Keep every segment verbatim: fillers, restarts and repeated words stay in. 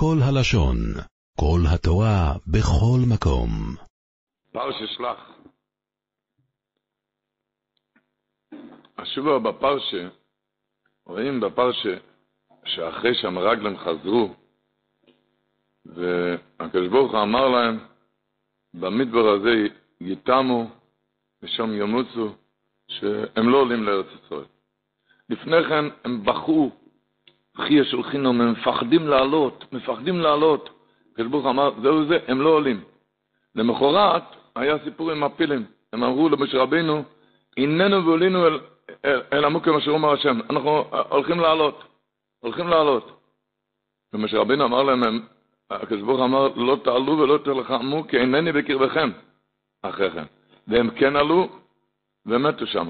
כל הלשון, כל התורה, בכל מקום. פרשת שלח. השבוע בפרשה, רואים בפרשה שאחרי שהמרגלים חזרו, והקדוש ברוך הוא אמר להם, במדבר הזה יתמו ושם ימוצו, שהם לא עולים לארץ ישראל. לפני כן הם בחו, חייה של חינום, הם מפחדים לעלות, מפחדים לעלות. הקדוש ברוך הוא אמר, זהו זה, הם לא עולים. למחרת היה סיפור עם הפילים. הם אמרו למשה רבינו, הננו ועלינו אל, אל, אל המוקם אשר אומר השם. אנחנו הולכים לעלות, הולכים לעלות. ומשה רבינו אמר להם, הקדוש ברוך הוא אמר, לא תעלו ולא תלחמו, כי אינני בקרבכם. אחרי כן. והם כן עלו, ומתו שם.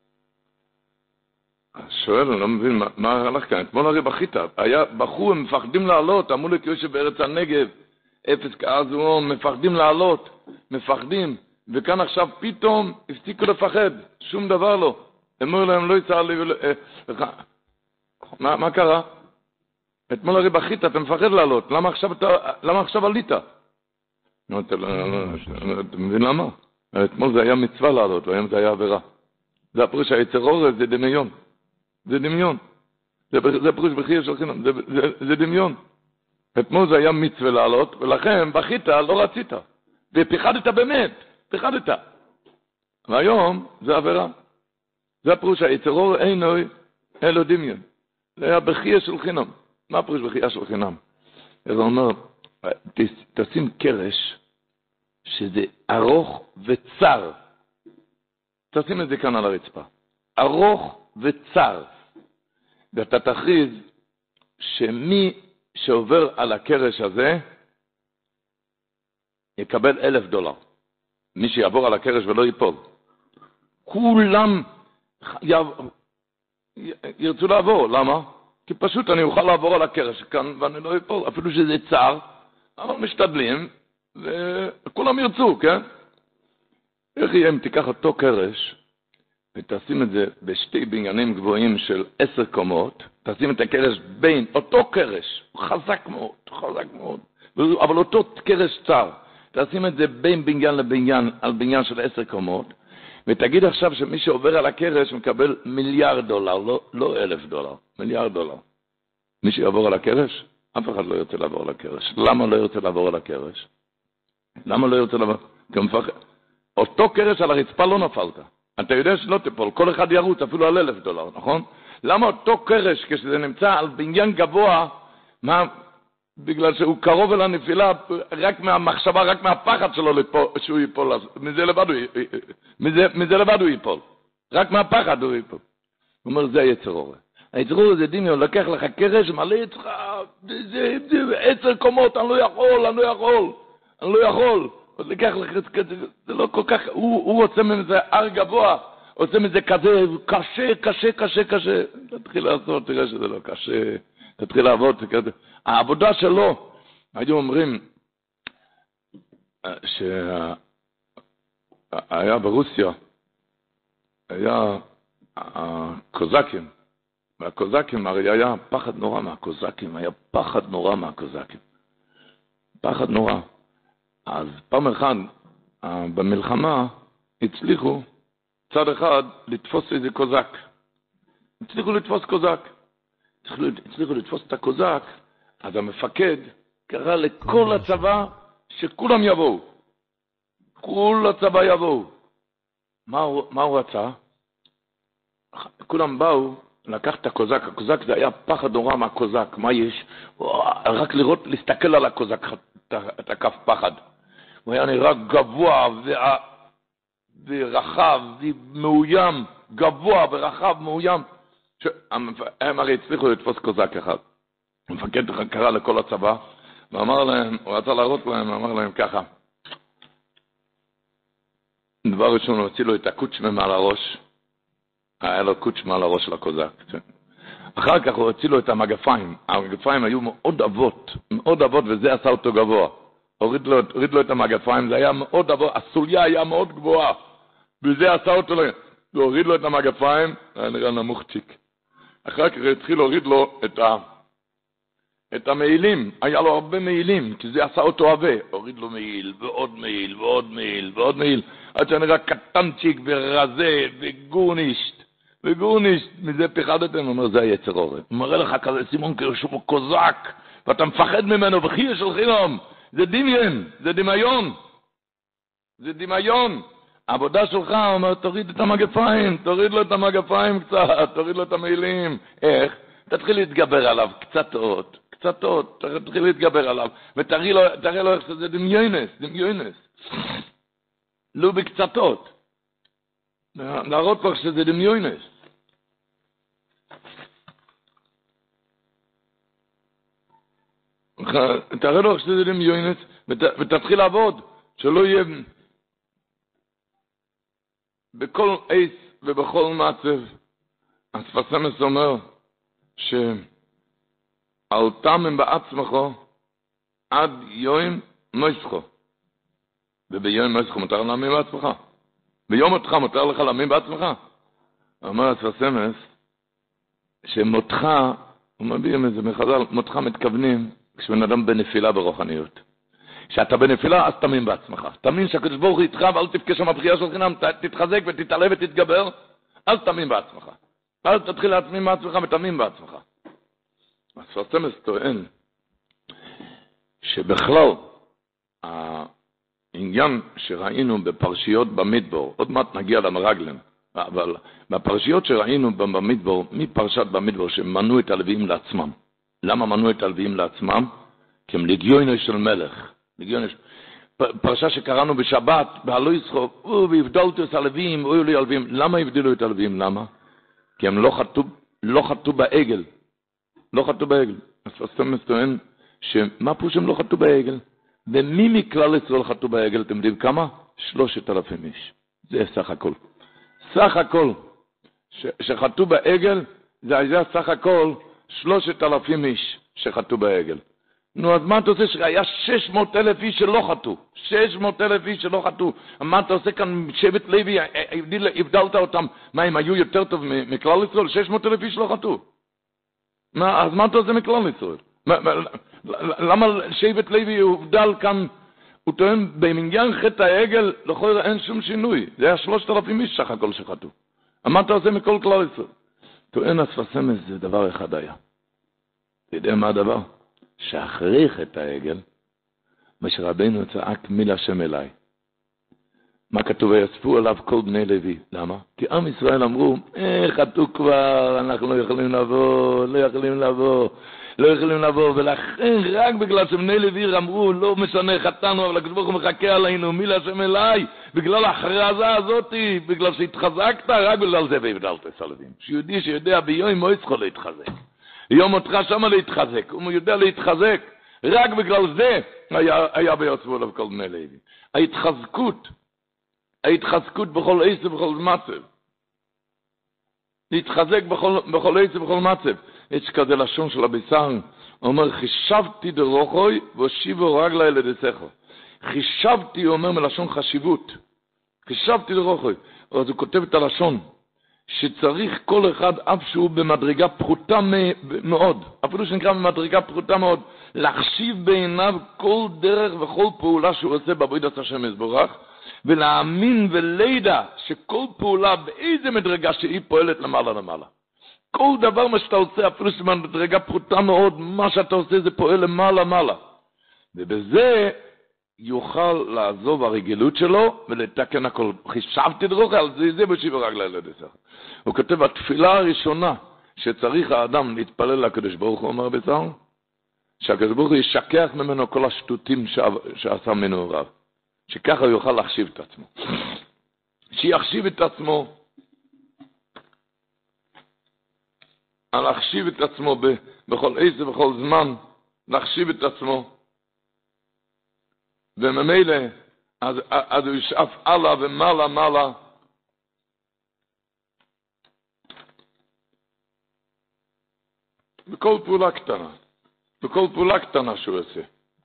שואל, אני לא מבין, מה, מה הלך כאן? אתמול הרי בכית, היה בחור, הם מפחדים לעלות, אמרו לי כיושב בארץ הנגב, אפס כעזו, מפחדים לעלות, מפחדים, וכאן עכשיו פתאום הפסיקו לפחד, שום דבר לא. אמרו להם, לא יצא לי, מה, מה קרה? אתמול הרי בכית, אתה מפחד לעלות, למה עכשיו, אתה, למה עכשיו עלית? לא, אתה, אתה מבין למה? אתמול זה היה מצווה לעלות, והיום זה היה עבירה. זה הפרוש היצר אורז, זה דמיון. זה דמיון. זה, זה פרוש בחייה של חינם, זה, זה, זה דמיון. אתמול זה היה מצווה לעלות, ולכן בכית, לא רצית. ופחדת באמת, פחדת. והיום זה עבירה. זה הפרוש היצר אורז, אינו, אלו דמיון. זה היה בחייה של חינם. מה הפרוש בחייה של חינם? אז הוא אומר, תשים קרש, שזה ארוך וצר. תשים את זה כאן על הרצפה. ארוך וצר. ואתה תכריז שמי שעובר על הקרש הזה יקבל אלף דולר. מי שיעבור על הקרש ולא ייפול. כולם ירצו לעבור. למה? כי פשוט אני אוכל לעבור על הקרש כאן ואני לא ייפול. אפילו שזה צר, אבל משתדלים וכולם ירצו, כן? איך יהיה אם תיקח אותו קרש ותשים את זה בשתי בניינים גבוהים של עשר קומות, תשים את הקרש בין אותו קרש, הוא חזק מאוד, חזק מאוד, אבל אותו קרש צר, תשים את זה בין בניין לבניין, על בניין של עשר קומות, ותגיד עכשיו שמי שעובר על הקרש מקבל מיליארד דולר, לא, לא אלף דולר, מיליארד דולר. מי שיעבור על הקרש, אף אחד לא ירצה לעבור על הקרש. למה לא ירצה לעבור על הקרש? למה לא ירצה לעבור? כי הוא מפחד. אותו קרש על הרצפה לא נפלת. אתה יודע שלא תפול, כל אחד ירוץ אפילו על אלף דולר, נכון? למה אותו קרש כשזה נמצא על בניין גבוה, מה? בגלל שהוא קרוב אל הנפילה רק מהמחשבה, רק מהפחד שלו ליפול, שהוא ייפול, מזה לבד הוא, מזה, מזה לבד הוא ייפול. רק מהפחד הוא ייפול. הוא אומר, זה היצר אורז. היצר אורז זה דמיון, לקח לך קרש, מלא אצלך, זה, זה עשר קומות, אני לא יכול, אני לא יכול, אני לא יכול. אז לקח לך כזה, זה לא כל כך, הוא, הוא רוצה מזה הר גבוה, עושה מזה כזה, קשה, קשה, קשה, קשה. תתחיל לעשות, תראה שזה לא קשה, תתחיל לעבוד, כזה. העבודה שלו, היו אומרים, שהיה ברוסיה, היה הקוזקים, והקוזקים הרי היה פחד נורא מהקוזקים, היה פחד נורא מהקוזקים. פחד נורא. אז פעם אחד, במלחמה, הצליחו צד אחד לתפוס איזה קוזק. הצליחו לתפוס קוזק. הצליחו, הצליחו לתפוס את הקוזק, אז המפקד קרא לכל הצבא שכולם יבואו. כל הצבא יבואו. מה, מה הוא רצה? כולם באו, לקח את הקוזק. הקוזק זה היה פחד נורא מהקוזק. מה יש? רק לראות, להסתכל על הקוזק, את הכף פחד. הוא היה נראה גבוה ורחב ומאוים, גבוה ורחב מאוים. הם הרי הצליחו לתפוס קוזק אחד. המפקד קרא לכל הצבא, ואמר להם, הוא רצה להראות להם, אמר להם ככה. דבר ראשון, הוא הוציא לו את הקוצ'מה מעל הראש. היה לו קוצ'מה על הראש של הקוזק. אחר כך הוא הוציא לו את המגפיים. המגפיים היו מאוד אבות, מאוד אבות, וזה עשה אותו גבוה. הוריד לו, הוריד לו את המגפיים, זה היה מאוד אבות, הסוליה היה מאוד גבוהה. וזה עשה אותו, הוא הוריד לו את המגפיים, היה נראה נמוך צ'יק. אחר כך התחיל להוריד לו את, ה, את המעילים, היה לו הרבה מעילים, כי זה עשה אותו עבה. הוריד לו מעיל, ועוד מעיל, ועוד מעיל, ועוד מעיל. עד שנראה קטנצ'יק ורזה וגורנישט. וגורנישט, מזה פחדתם, הוא אומר, זה היצר אורן. הוא מראה לך כזה סימון כאילו שהוא קוזק, ואתה מפחד ממנו, וחייה של חינום. זה דמיין, זה דמיון. זה דמיון. העבודה שלך, הוא אומר, תוריד את המגפיים, תוריד לו את המגפיים קצת, תוריד לו את המעילים. איך? תתחיל להתגבר עליו, קצת עוד. קצת עוד, תתחיל להתגבר עליו, ותראה לו, תראה לו איך שזה דמיונס, דמיונס. לא בקצתות. להראות לך שזה דמיונס. תראה לו איך שזה דמיונס, ות, ותתחיל לעבוד, שלא יהיה בכל עץ ובכל מצב. השפת אמס אומר ש... אל תאמין בעצמך עד יום מויסכו. וביום מויסכו מותר להאמין בעצמך. ביום אותך מותר לך להאמין בעצמך. אומר השפת אמס שמותך, הוא מביא מזה מחז"ל, מותך מתכוונים כשבן אדם בנפילה ברוחניות. כשאתה בנפילה אז תאמין בעצמך. תאמין שהקדוש ברוך הוא איתך ואל תבכה שם הבחייה של חינם, תתחזק ותתעלה ותתגבר, אז תאמין בעצמך. אז תתחיל להאמין בעצמך ותאמין בעצמך. השפת אמס טוען שבכלל העניין שראינו בפרשיות במדבר, עוד מעט נגיע למרגלים, אבל בפרשיות שראינו במדבר, מפרשת במדבר שמנו את הלוויים לעצמם. למה מנו את הלוויים לעצמם? כי הם לגיונו של מלך. לגיונו של... פרשה שקראנו בשבת, בהלו ישחוק, והבדלתו את הלוויים, אוי לי הלוויים. למה הבדלו את הלוויים? למה? כי הם לא חטאו, לא חטאו בעגל. לא חטאו בעגל. אז השפת אמס טוען שמה פה שהם לא חטאו בעגל? ומי מכלל ישראל חטאו בעגל? אתם יודעים כמה? שלושת אלפים איש. זה סך הכל. סך הכל ש- שחטאו בעגל, זה היה סך הכל שלושת אלפים איש שחטאו בעגל. נו, אז מה אתה עושה? שהיה שש מאות אלף איש שלא חטאו. שש מאות אלף איש שלא חטאו. מה אתה עושה כאן? שבט לוי, הבדלת אותם. מה, הם היו יותר טוב מכלל ישראל? שש מאות אלף איש לא חטאו. מה, אז מה אתה עושה מכלל ישראל? מה, מה, למה שבט לוי הובדל כאן? הוא טוען, במניין חטא העגל, לכל אין שום שינוי. זה היה שלושת אלפים איש סך הכל שחטאו. מה אתה עושה מכל כלל ישראל? טוען השפת אמס, זה דבר אחד היה. אתה יודע מה הדבר? שאחרי חטא העגל, משה רבנו צעק מילה שם אליי. מה כתוב? ויאספו עליו כל בני לוי. למה? כי עם ישראל אמרו, אה, חטאו כבר, אנחנו לא יכולים לבוא, לא יכולים לבוא, לא יכולים לבוא, ולכן רק בגלל שבני לוי אמרו, לא משנה, חטאנו, אבל הקדוש ברוך הוא מחכה עלינו, מילה שם אליי, בגלל ההכרזה הזאת, בגלל שהתחזקת, רק בגלל זה והבדלת את הלווים. שיהודי שיודע ביום מויסכו להתחזק. יום אותך שמה להתחזק, הוא יודע להתחזק, רק בגלל זה היה, היה ביוצבו עליו כל בני לוי. ההתחזקות, ההתחזקות בכל עץ ובכל מצב. להתחזק בכל, בכל עץ ובכל מצב. יש כזה לשון של הבישר, הוא אומר, חישבתי דרוכוי והושיבו רגלי לדסכו. חישבתי, הוא אומר מלשון חשיבות. חישבתי דרוכוי. אז הוא כותב את הלשון. שצריך כל אחד, אף שהוא במדרגה פחותה מאוד, אפילו שנקרא במדרגה פחותה מאוד, להחשיב בעיניו כל דרך וכל פעולה שהוא עושה בעבודת השם יתברך, ולהאמין ולידע שכל פעולה באיזה מדרגה שהיא פועלת למעלה למעלה. כל דבר מה שאתה עושה, אפילו שבמדרגה פחותה מאוד, מה שאתה עושה זה פועל למעלה למעלה. ובזה יוכל לעזוב הרגילות שלו ולתקן הכל. חישבתי דרוך על זה, זה בשיבר רגלי לדסך. הוא כותב, התפילה הראשונה שצריך האדם להתפלל לקדוש ברוך הוא, אומר בצער, שהקדוש ברוך הוא ישכח ממנו כל השטותים שעשה ממנו הרב. שככה הוא יוכל להחשיב את עצמו. שיחשיב את עצמו, להחשיב את עצמו בכל עץ ובכל זמן, להחשיב את עצמו, וממילא, אז, אז הוא ישאף הלאה ומעלה מעלה, בכל פעולה קטנה, בכל פעולה קטנה שהוא עושה.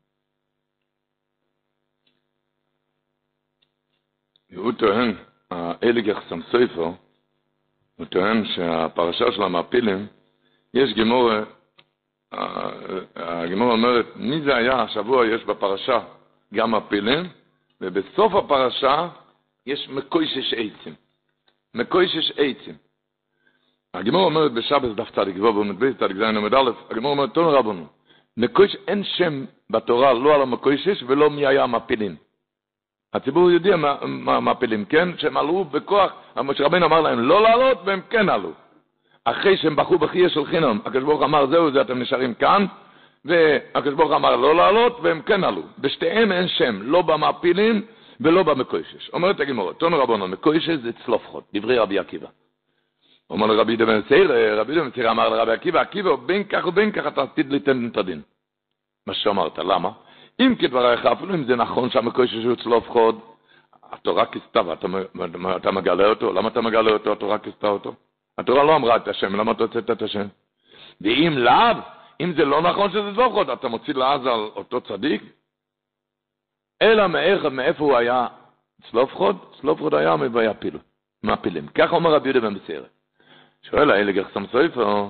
הוא טוען, האליגח סמסויפר, הוא טוען שהפרשה של המעפילים, יש גמורה, הגמרא אומרת, מי זה היה? השבוע יש בפרשה גם הפילים, ובסוף הפרשה יש מקוישש עצים. מקוישש עצים. הגמרא אומרת בשבת דף צדיק ו' ומדבית צדיק זין עמוד א', הגמרא אומרת, תנו רבנו, מקויש, אין שם בתורה לא על המקוישש ולא מי היה המפילים. הציבור יודע מה, מה המפילים, כן? שהם עלו בכוח, רבינו אמר להם לא לעלות והם כן עלו. אחרי שהם בחו בחייה של חינם, הקדוש ברוך אמר זהו זה אתם נשארים כאן, והקדוש ברוך אמר לא לעלות והם כן עלו. בשתיהם אין שם, לא במפילים ולא במקוישש. אומרת הגמרא, תנו רבנו, מקוישש זה צלופחות, דברי רבי עקיבא. אומר לרבי דבן סייר, רבי דבן סייר אמר לרבי עקיבא, עקיבא בין כך ובין כך אתה עתיד ליתן את הדין. מה שאמרת, למה? אם כדבריך, אפילו אם זה נכון שהמקוישש הוא צלופחות, התורה כסתה, אתה, אתה מגלה אותו, למה אתה מגלה אותו, התורה כסתה אותו? התורה לא אמרה את השם, למה אתה הוצאת את השם? ואם לאו, אם זה לא נכון שזה צלופחות, אתה מוציא לעז על אותו צדיק? אלא מאיך, מאיפה הוא היה צלופחות? צלופחות היה מבייפיל, מהפילים. ככה אומר רבי דבן סייר. שואל האלה גחסם סופר,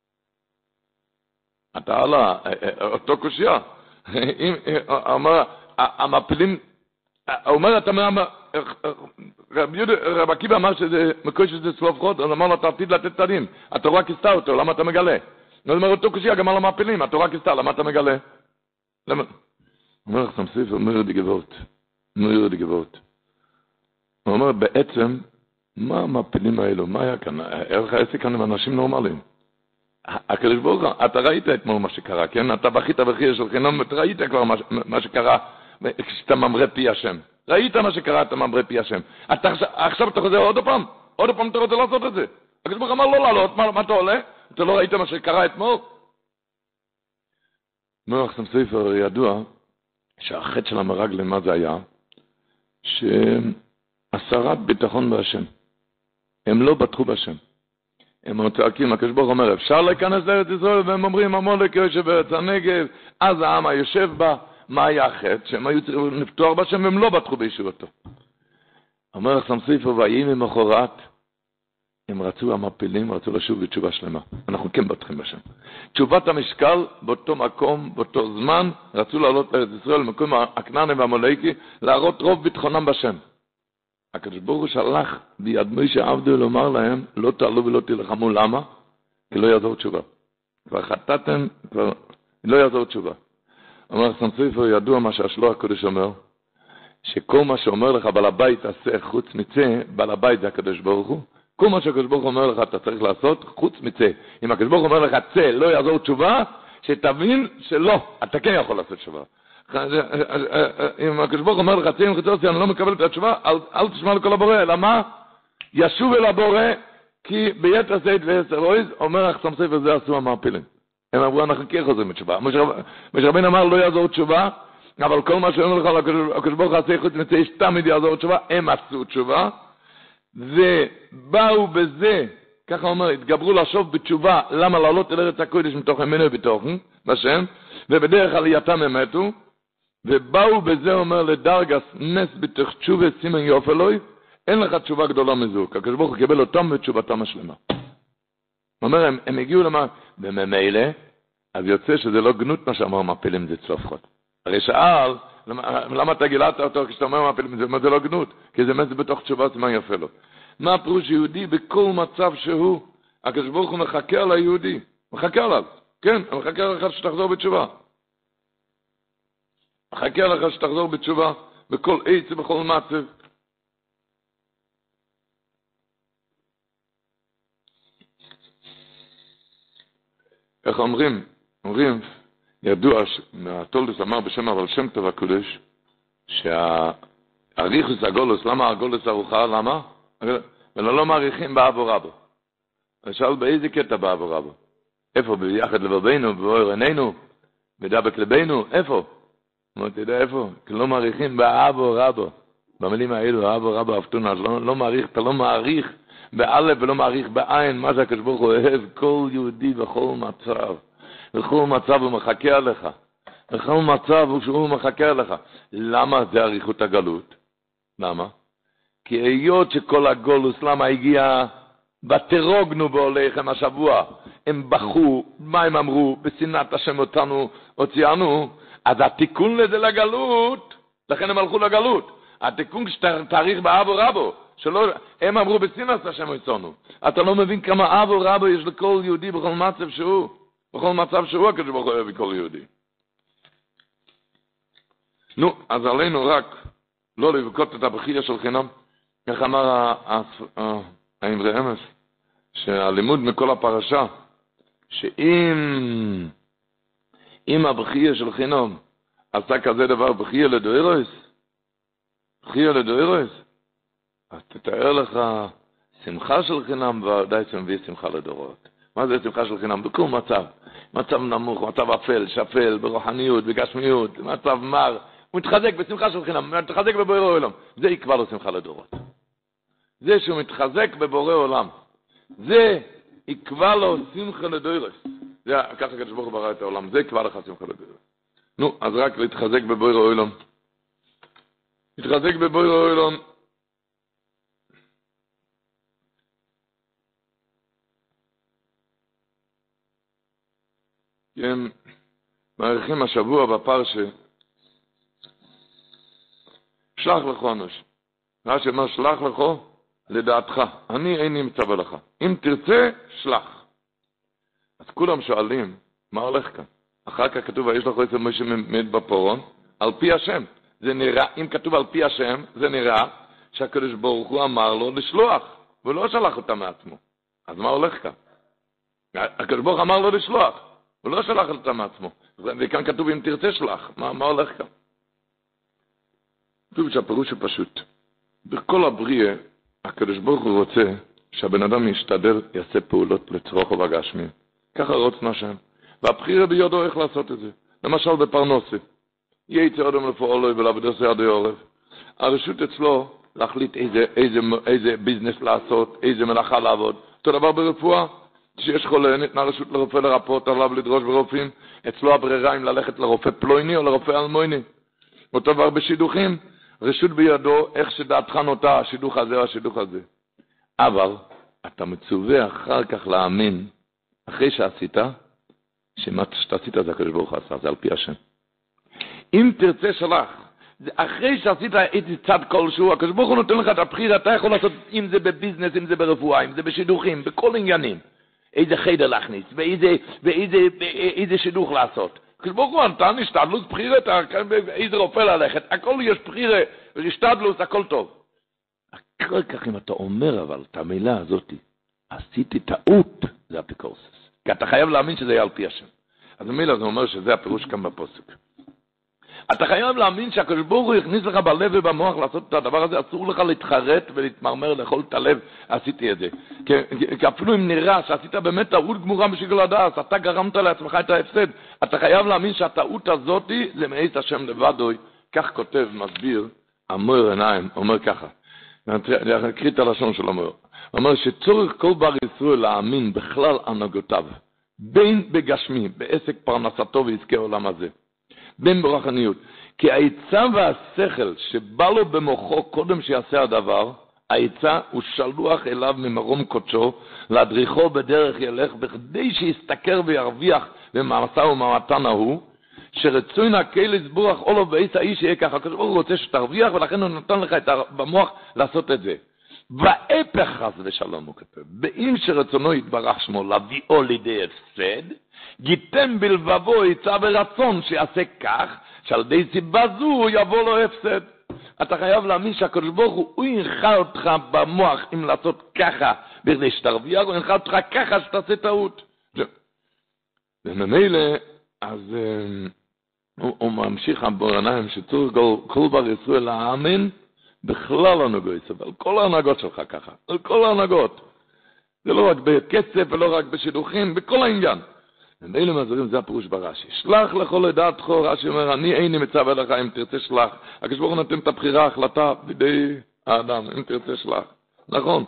אתה עלה, אותו קושיה. אומר, המפילים, הוא אומר, אתה אומר, רב עקיבא אמר שזה מקוישש זה צלופחות, אז אמר לו, אתה עתיד לתת את הדין. התורה כסתה אותו, למה אתה מגלה? הוא אומר, אותו קושיה גם על המפילים, התורה כסתה, למה אתה מגלה? למה? אומר גחסם סופר, אומר די גבוהות. אומר די גבוהות. הוא אומר, בעצם, מה המפילים האלו? מה היה כאן? איך העסק כאן עם אנשים נורמליים? הקדוש ברוך הוא, אתה ראית אתמול מה שקרה, כן? אתה בכית בחייה של חינם, אתה ראית כבר מה, מה שקרה כשאתה ממרה פי השם. ראית מה שקרה, אתה ממרה פי השם. אתה, עכשיו אתה חוזר עוד פעם? עוד פעם אתה רוצה לעשות את זה? הקדוש ברוך הוא אמר לא לעלות, מה, מה אתה עולה? אתה לא ראית מה שקרה אתמול? מוח סם סופר ידוע שהחטא של המרגלים, מה זה היה? שהסרת ביטחון בהשם. הם לא בטחו בהשם. הם צועקים, הקדוש ברוך הוא אומר, אפשר להיכנס לארץ ישראל, והם אומרים, עמלק יושב בארץ הנגב, אז העם היושב בה, מה היה החטא? שהם היו צריכים לפתוח בהשם, והם לא בטחו בישועתו. אומר גחסם סופר, ויהי ממחרת, הם רצו, המפילים רצו לשוב בתשובה שלמה. אנחנו כן בטחים בהשם. תשובת המשקל, באותו מקום, באותו זמן, רצו לעלות לארץ ישראל, במקום הכנעני והעמלקי, להראות רוב ביטחונם בהשם. הקדוש ברוך הוא שלח ביד משה עבדו לומר להם, לא תעלו ולא תלחמו, למה? כי לא יעזור תשובה. כבר חטאתם, כבר לא יעזור תשובה. אומר גחסם סופר, ידוע מה שהשלוח הקדוש אומר, שכל מה שאומר לך בעל הבית עשה חוץ מצא, בעל הבית זה הקדוש ברוך הוא. כל מה שהקדוש ברוך הוא אומר לך אתה צריך לעשות חוץ מצא. אם הקדוש ברוך הוא אומר לך צא, לא יעזור תשובה, שתבין שלא, אתה כן יכול לעשות תשובה. אם הקדוש ברוך הוא אומר לך צא עם חיצוני, אני לא מקבל את התשובה, אל, אל תשמע לכל הבורא, אלא מה? ישוב אל הבורא, כי ביתר זית ועשר אויז, אומר גחסם סופר, זה עשו המעפילים. הם אמרו, אנחנו כן חוזרים בתשובה. משה רבינו אמר, לא יעזור תשובה, אבל כל מה שאומר לך, הקדוש ברוך הוא עשה חוץ מצא, יש תמיד יעזור תשובה, הם עשו תשובה, ובאו בזה, ככה אומר, התגברו לשוב בתשובה, למה לעלות אל ארץ הקודש מתוך אמנו ובתוכן, בשם, ובדרך עלייתם הם מתו, ובאו בזה, אומר לדרגס, נס בתוך תשובה, סימן יופי אלוהי, אין לך תשובה גדולה מזו, כי הקדוש ברוך הוא קיבל אותם בתשובתם השלמה. הוא אומר, הם, הם הגיעו למה, בממילא, אז יוצא שזה לא גנות מה שאמר מפילים זה צלופחות. הרי שאל, למה, למה אתה גילת אותו כשאתה אומר מפילים זה, זה לא גנות? כי זה מזה בתוך תשובה, סימן יופי אלוהי. מה פירוש יהודי בכל מצב שהוא, הקדוש ברוך הוא מחכה על היהודי, מחכה עליו, כן, הוא מחכה לך שתחזור בתשובה. מחכה לך שתחזור בתשובה, בכל עץ ובכל מצב. איך אומרים? אומרים, ידוע, מהתולדות אמר בשם אבל שם טוב הקודש, שהאריכוס הגולוס, למה הגולוס ארוחה? למה? ולא לא מעריכים באבו רבו. ושאל באיזה קטע באבו רבו? איפה? ביחד לבבינו, בבואר עינינו, בדבק לבינו, איפה? אמרתי, יודע איפה? כי לא מעריכים באבו רבו. במילים האלו, אבו רבו אבטונה, לא, לא מעריך, אתה לא מעריך באלף ולא מעריך בעין, מה שהקדוש ברוך הוא אוהב, כל יהודי בכל מצב. בכל מצב הוא מחכה עליך. בכל מצב הוא מחכה עליך. למה זה אריכות הגלות? למה? כי היות שכל הגולוס, למה הגיע ותרוגנו בעוליכם השבוע, הם בכו, מה הם אמרו, בשנאת השם אותנו הוציאנו, אז התיקון לזה לגלות, לכן הם הלכו לגלות, התיקון שתאריך באבו רבו, שלא, הם אמרו בשנאת השם הוציאנו, אתה לא מבין כמה אבו רבו יש לכל יהודי בכל מצב שהוא, בכל מצב שהוא הקדוש ברוך הוא אוהב לכל יהודי. נו, אז עלינו רק לא לבכות את הבכייה של חינם, איך אמר האמרי אמס, שהלימוד מכל הפרשה, שאם אם הבכייה של חינם עשה כזה דבר, בכייה לדוירוס, בכייה לדוירוס, אז תתאר לך שמחה של חינם, ודאי שמביא שמחה לדורות. מה זה שמחה של חינם? בכל מצב, מצב נמוך, מצב אפל, שפל, ברוחניות, בגשמיות, מצב מר, הוא מתחזק בשמחה של חינם, הוא מתחזק בבורא עולם. זה יקבע לו שמחה לדורות. זה שהוא מתחזק בבורא עולם. זה יקבע לו שמחה לדורות. זה ככה הקדוש ברוך הוא ברא את העולם. זה יקבע לך שמחה לדורות. נו, אז רק להתחזק בבורא עולם. להתחזק בבורא עולם. הם מעריכים השבוע בפרשה שלח לך אנוש. רש"י אומר שלח לך לדעתך. אני איני מצווה לך. אם תרצה, שלח. אז כולם שואלים, מה הולך כאן? אחר כך כתוב, יש לך איזה מי שמת בפורון, על פי השם. זה נראה, אם כתוב על פי השם, זה נראה שהקדוש ברוך הוא אמר לו לשלוח, והוא לא שלח אותה מעצמו. אז מה הולך כאן? הקדוש ברוך אמר לו לשלוח, הוא לא שלח אותה מעצמו. וכאן כתוב, אם תרצה, שלח. מה, מה הולך כאן? כתוב שהפירוש הוא פשוט. בכל הבריאה, הקדוש ברוך הוא רוצה שהבן אדם ישתדל, יעשה פעולות לצרוך ובגשמי. ככה רוצנו השם. והבחירה ביודו איך לעשות את זה. למשל בפרנסה. יצא אדם לפועלו ולעבודו עד העורף. הרשות אצלו להחליט איזה, איזה, איזה ביזנס לעשות, איזה מלאכה לעבוד. אותו דבר ברפואה. שיש חולה, ניתנה רשות לרופא לרפאות עליו לדרוש ברופאים. אצלו הברירה אם ללכת לרופא פלויני או לרופא אלמויני. אותו דבר בשידוכים. רשות בידו, איך שדעתך נוטה, השידוך הזה או השידוך הזה. אבל אתה מצווה אחר כך להאמין, אחרי שעשית, שמה שאתה עשית זה הקדוש ברוך הוא עשה, זה על פי השם. אם תרצה שלח, אחרי שעשית איזה צד כלשהו, הקדוש ברוך הוא נותן לך את הבחירה, אתה יכול לעשות, אם זה בביזנס, אם זה ברפואה, אם זה בשידוכים, בכל עניינים. איזה חדר להכניס, ואיזה, ואיזה, ואיזה שידוך לעשות. הקדוש ברוך הוא נתן השתדלות בחירה, איזה רופא ללכת, הכל יש בחירה, השתדלות, הכל טוב. אחר כך אם אתה אומר אבל את המילה הזאת, עשיתי טעות, זה אפיקורסס. כי אתה חייב להאמין שזה יהיה על פי השם. אז המילה זה אומר שזה הפירוש כאן בפוסק. אתה חייב להאמין שהקדוש ברוך הוא יכניס לך בלב ובמוח לעשות את הדבר הזה, אסור לך להתחרט ולהתמרמר לאכול את הלב, עשיתי את זה. כי, כי אפילו אם נראה שעשית באמת טעות גמורה בשביל הדעת, אתה גרמת לעצמך את ההפסד, אתה חייב להאמין שהטעות הזאת זה מעיס השם לבדוי, כך כותב, מסביר, המויר עיניים, אומר ככה, אני אקריא את הלשון של המויר, אומר שצורך כל בר ישראל להאמין בכלל הנהגותיו, בין בגשמי, בעסק פרנסתו ועסקי העולם הזה, בין ברוחניות, כי העצה והשכל שבא לו במוחו קודם שיעשה הדבר, העצה הוא שלוח אליו ממרום קודשו, להדריכו בדרך ילך, בכדי שיסתכר וירוויח במעשה ומעמתן ההוא, שרצוי נקי לסבורך אולו ואיס האיש יהיה ככה, הוא רוצה שתרוויח, ולכן הוא נותן לך את במוח לעשות את זה. והפך חס ושלום הוא כתב, באם שרצונו יתברך שמו להביאו לידי הפסד, גיתם בלבבו יצא ברצון שיעשה כך, שעל די סיבה זו הוא יבוא לו הפסד. אתה חייב להאמין שהקדוש ברוך הוא, הוא ינחה אותך במוח אם לעשות ככה, בכדי שתרוויח, הוא ינחה אותך ככה שתעשה טעות. וממילא, אז הוא, הוא ממשיך ברניים שצור כל בר ישראל להאמין, בכלל הנהגות, אבל כל ההנהגות שלך ככה, על כל ההנהגות. זה לא רק בכסף ולא רק בשידוכים, בכל העניין. ומילא מזורים, זה הפירוש ברש"י. שלח לכל לדעתך, רש"י אומר, אני איני מצווה לך אם תרצה שלח. הקדוש ברוך הוא נותן את הבחירה, החלטה בידי האדם, אם תרצה שלח. נכון.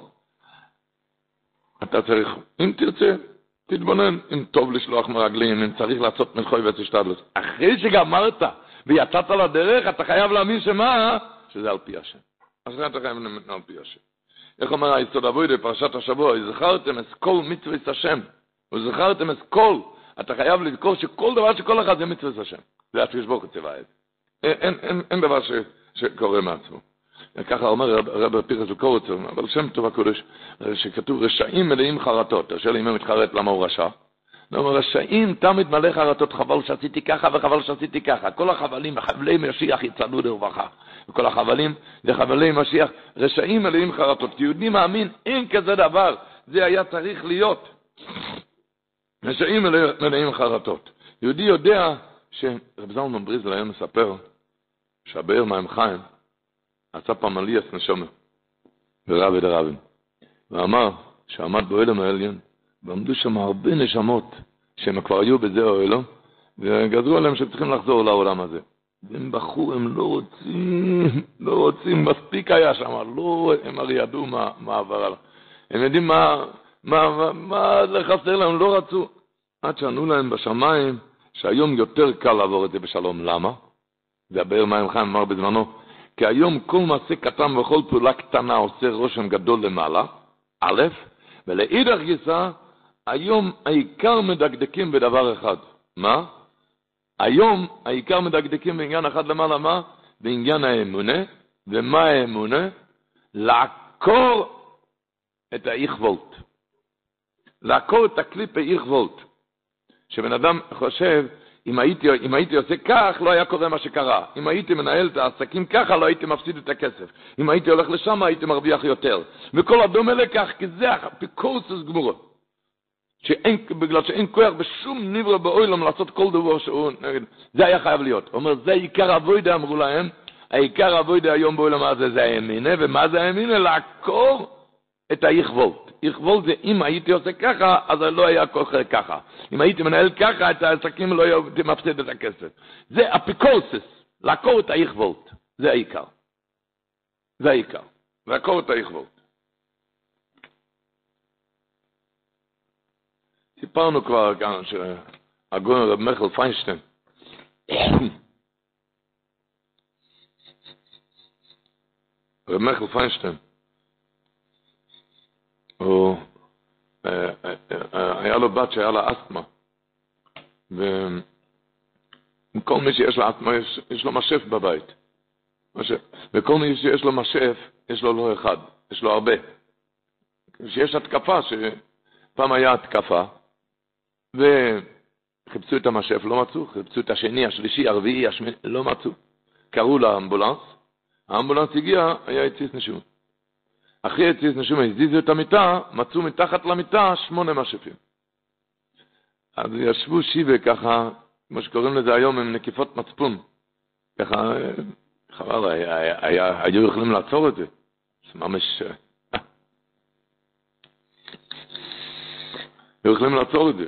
אתה צריך, אם תרצה, תתבונן, אם טוב לשלוח מרגלים, אם צריך לעשות מלכוי ותשתדלות. אחרי שגמרת ויצאת לדרך, אתה חייב להאמין שמה? שזה על פי השם. אז אתה חייב להאמין על פי השם. איך אומר היסוד עבודה בפרשת השבוע, זכרתם את כל מצוות השם, וזכרתם את כל, אתה חייב לזכור שכל דבר שכל אחד זה מצוות השם. זה הקדוש ברוך הוא ציווה את זה. אין, אין, אין דבר ש, שקורה מעצמו. ככה אומר רב פירש וקורצר, אבל שם טוב הקודש, שכתוב רשעים מלאים חרטות. השאלה אם הם מתחרט למה הוא רשע. אומר, רשעים תמיד מלא חרטות, חבל שעשיתי ככה וחבל שעשיתי ככה. כל החבלים, חבלי משיח יצעדו לרווחה. וכל החבלים זה חבלי משיח, רשעים מלאים חרטות. כי יהודי מאמין, אין כזה דבר. זה היה צריך להיות. רשעים מלאים חרטות. יהודי יודע שרב זלמן בריזל היה מספר שהבאר מים חיים עשה פעם עליית נשמה ורב את הרבים. ואמר שעמד באוהלם העליון ועמדו שם הרבה נשמות שהם כבר היו בזה האוהלם וגזרו עליהם שהם צריכים לחזור לעולם הזה. והם בחרו, הם לא רוצים, לא רוצים, מספיק היה שם, לא, הם הרי ידעו מה, מה עבר עליו. הם יודעים מה, מה, מה, מה לחסר להם, לא רצו. עד שענו להם בשמיים שהיום יותר קל לעבור את זה בשלום. למה? זה הבאר מים חיים אמר בזמנו, כי היום כל מעשה קטן וכל פעולה קטנה עושה רושם גדול למעלה, א', ולאידך גיסא, היום העיקר מדקדקים בדבר אחד. מה? היום העיקר מדקדקים בעניין אחד למעלה, מה? בעניין האמונה. ומה האמונה? לעקור את האיכוולט. לעקור את הקליפ האיכוולט. שבן אדם חושב, אם הייתי, אם הייתי עושה כך, לא היה קורה מה שקרה. אם הייתי מנהל את העסקים ככה, לא הייתי מפסיד את הכסף. אם הייתי הולך לשם, הייתי מרוויח יותר. וכל הדומה לכך, כי זה הפיקורסוס גמורו. שאין, בגלל שאין כוח בשום נברא בעולם לעשות כל דבר שהוא נגד. זה היה חייב להיות. הוא אומר, זה עיקר אבוידה, אמרו להם. העיקר אבוידה היום בעולם הזה זה האמינה, ומה זה האמינה? לעקור את האיכוולט. איכוולט זה אם הייתי עושה ככה, אז לא היה ככה ככה. אם הייתי מנהל ככה, את העסקים לא הייתי מפסיד את הכסף. זה אפיקורסס, לעקור את האיכוולט. זה העיקר. זה העיקר. לעקור את האיכוולט. סיפרנו כבר כאן שהגאון רב מיכאל פיינשטיין רב מיכאל פיינשטיין הוא היה לו בת שהיה לה אסתמה וכל מי שיש לה אסתמה יש, יש לו משף בבית משף. וכל מי שיש לו משף יש לו לא אחד, יש לו הרבה. כשיש התקפה, שפעם היה התקפה וחיפשו את המשף, לא מצאו, חיפשו את השני, השלישי, הרביעי, השמיני, לא מצאו. קראו לאמבולנס, האמבולנס הגיע, היה יציס נשום. אחרי יציס נשום, הזיזו את המיטה, מצאו מתחת למיטה שמונה משפים. אז ישבו שיבה ככה, כמו שקוראים לזה היום, עם נקיפות מצפון. ככה, חבל, היה, היה, היה, היו יכולים לעצור את זה. זה ממש... היו יכולים לעצור את זה.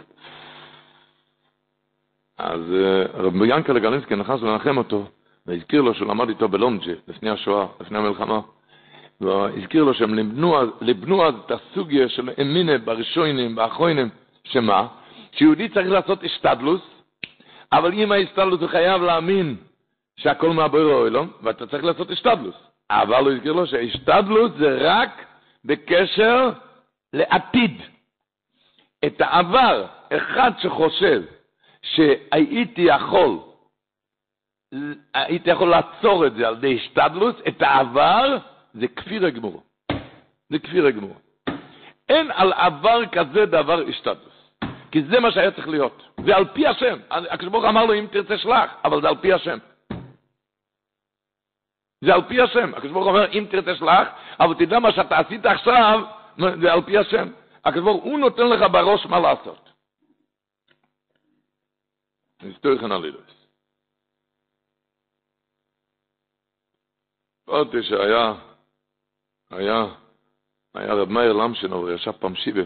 אז רב ינקלה גלינסקי נכנס לנחם אותו, והזכיר לו שהוא למד איתו בלונג'ה, לפני השואה, לפני המלחמה, והזכיר לו שהם לבנו, לבנו אז את הסוגיה של אמינה בראשונים, באחרונים, שמה? שיהודי צריך לעשות השתדלוס, אבל אם ההשתדלוס הוא חייב להאמין שהכל מהבורא העולם, ואתה צריך לעשות השתדלוס. אבל הוא הזכיר לו שהשתדלוס זה רק בקשר לעתיד. את העבר, אחד שחושב שהייתי יכול, הייתי יכול לעצור את זה על די השתדלוס, את העבר זה כפיר הגמור. זה כפיר הגמור. אין על עבר כזה דבר השתדלוס. כי זה מה שהיה צריך להיות. זה על פי השם. הקדוש ברוך הוא אמר לו אם תרצה שלח, אבל זה על פי השם. זה על פי השם. הקדוש ברוך הוא אומר אם תרצה שלח, אבל תדע מה שאתה עשית עכשיו, זה על פי השם. הקדוש ברוך הוא נותן לך בראש מה לעשות. נסתור כאן על ידוס. פעלתי שהיה, היה, היה רב מאיר למשנוב, ישב פעם שיבה.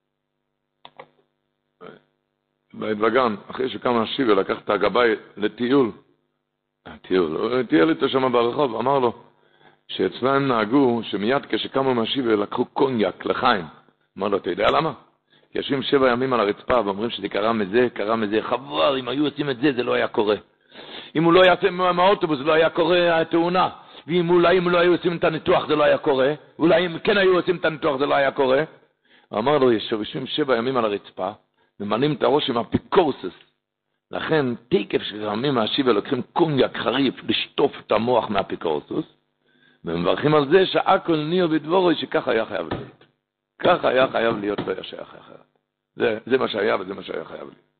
בית וגן, אחרי שקם השיבה, לקח את הגבאי לטיול. טיול, טייל איתו שם ברחוב, אמר לו, שאצלם נהגו, שמיד כשקמו מהשיבה, לקחו קוניאק לחיים. אמר לו, אתה יודע למה? כי יושבים שבע ימים על הרצפה, ואומרים שזה קרה מזה, קרה מזה, חבר, אם היו עושים את זה, זה לא היה קורה. אם הוא לא יעשה מהאוטובוס, זה לא היה קורה התאונה. ואם אולי אם לא היו עושים את הניתוח זה לא היה קורה, אולי אם כן היו עושים את הניתוח זה לא היה קורה. אמר לו, יושבים שבע ימים על הרצפה, ממלאים את הראש עם אפיקורסס. לכן, תקף שגרמים מהשיבה לוקחים קוניאק חריף לשטוף את המוח מהאפיקורסס, ומברכים על זה שהכל ניר בדבורי שככה היה חייב להיות. ככה היה חייב להיות, לא היה שייך אחרת. זה, זה מה שהיה וזה מה שהיה חייב להיות.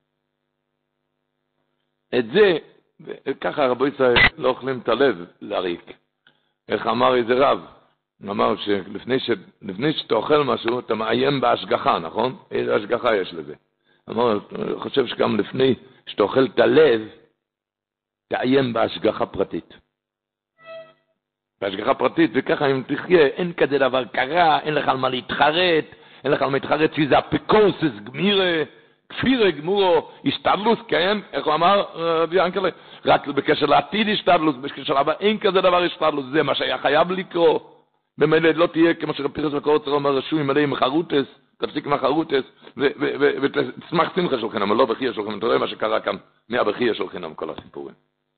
את זה, ככה רבו ישראל לא אוכלים את הלב להריק. איך אמר איזה רב? הוא אמר שלפני ש... לפני שאתה אוכל משהו, אתה מאיים בהשגחה, נכון? איזה השגחה יש לזה? אמר, אני חושב שגם לפני שאתה אוכל את הלב, תאיים בהשגחה פרטית. בהשגחה פרטית, וככה אם תחיה, אין כזה דבר קרה, אין לך על מה להתחרט, אין לך על מה להתחרט, שזה אפיקורסס גמירה, כפירה גמורו, השתדלוס, כן? איך הוא אמר, רבי ינקלה? רק בקשר לעתיד השתדלוס, בקשר לעבר, אין כזה דבר השתדלוס, זה מה שהיה חייב לקרוא. במילא לא תהיה, כמו שפירס וקורצר אומר, רשוי מלא עם חרוטס, תפסיק עם החרוטס, ותשמח שמחה שלכם, אבל לא בחייה שלכם, אתה רואה מה שקרה כאן, מהבחייה שלכם, כל הסיפורים.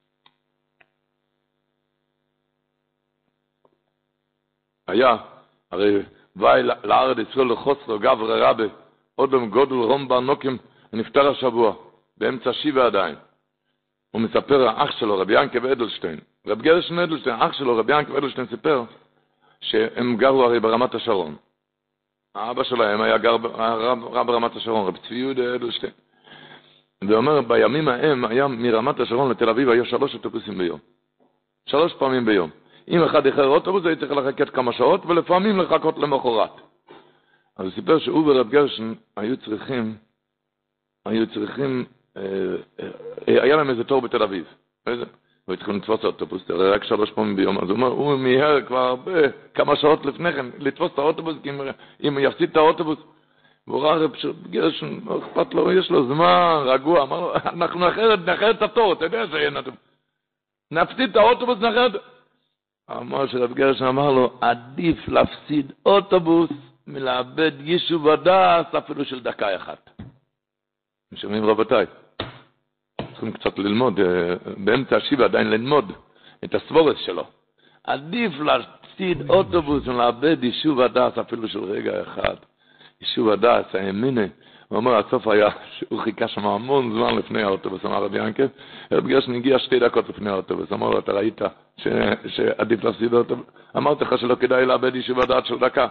היה, הרי ואי לארד ישראל לחוסר גבר רבה, אודם גודל רום ברנוקים, נפטר השבוע, באמצע שיבה עדיין. הוא מספר, האח שלו, רבי ינקב אדלשטיין, רב גרשן אדלשטיין, האח שלו, רבי ינקב אדלשטיין, סיפר שהם גרו הרי ברמת השרון. האבא שלהם היה גר רב ברמת השרון, רב צבי יהודה אדלשטיין. ואומר, בימים ההם היה מרמת השרון לתל אביב, היה שלוש אוטובוסים ביום. שלוש פעמים ביום. אם אחד אחר אוטובוס, היית צריך לחכות כמה שעות, ולפעמים לחכות למחרת. אז הוא סיפר שהוא ורב גרשן היו צריכים, היו צריכים, אה, אה, היה להם איזה תור בתל אביב. איזה? והיו צריכים לתפוס האוטובוס, רק שלוש פעמים ביום. אז הוא אומר, הוא מיהר כבר הרבה, כמה שעות לפני כן, לתפוס את האוטובוס, אם, אם יפסיד את האוטובוס. והוא ראה רב גרשן, לא אכפת לו, יש לו זמן, רגוע, אמר לו, אנחנו נחרת, נחרת את התור, אתה יודע שאין, נפסיד את האוטובוס, נחרת. אמר שרב גרשן אמר לו, עדיף להפסיד אוטובוס, מלאבד יישוב הדעת אפילו של דקה אחת. שומעים רבותיי? צריכים קצת ללמוד, באמצע השיבה עדיין ללמוד את הסבורס שלו. עדיף להפסיד אוטובוס מלאבד יישוב הדעת אפילו של רגע אחד. יישוב הדעת, האמינה. הוא אומר, הסוף היה שהוא חיכה שם המון זמן לפני האוטובוס, אמר רבי ינקב. רב גרשן הגיע שתי דקות לפני האוטובוס. אמר לו, אתה ראית ש... שעדיף להפסיד אוטובוס? אמרתי לך שלא כדאי לאבד יישוב הדעת של דקה.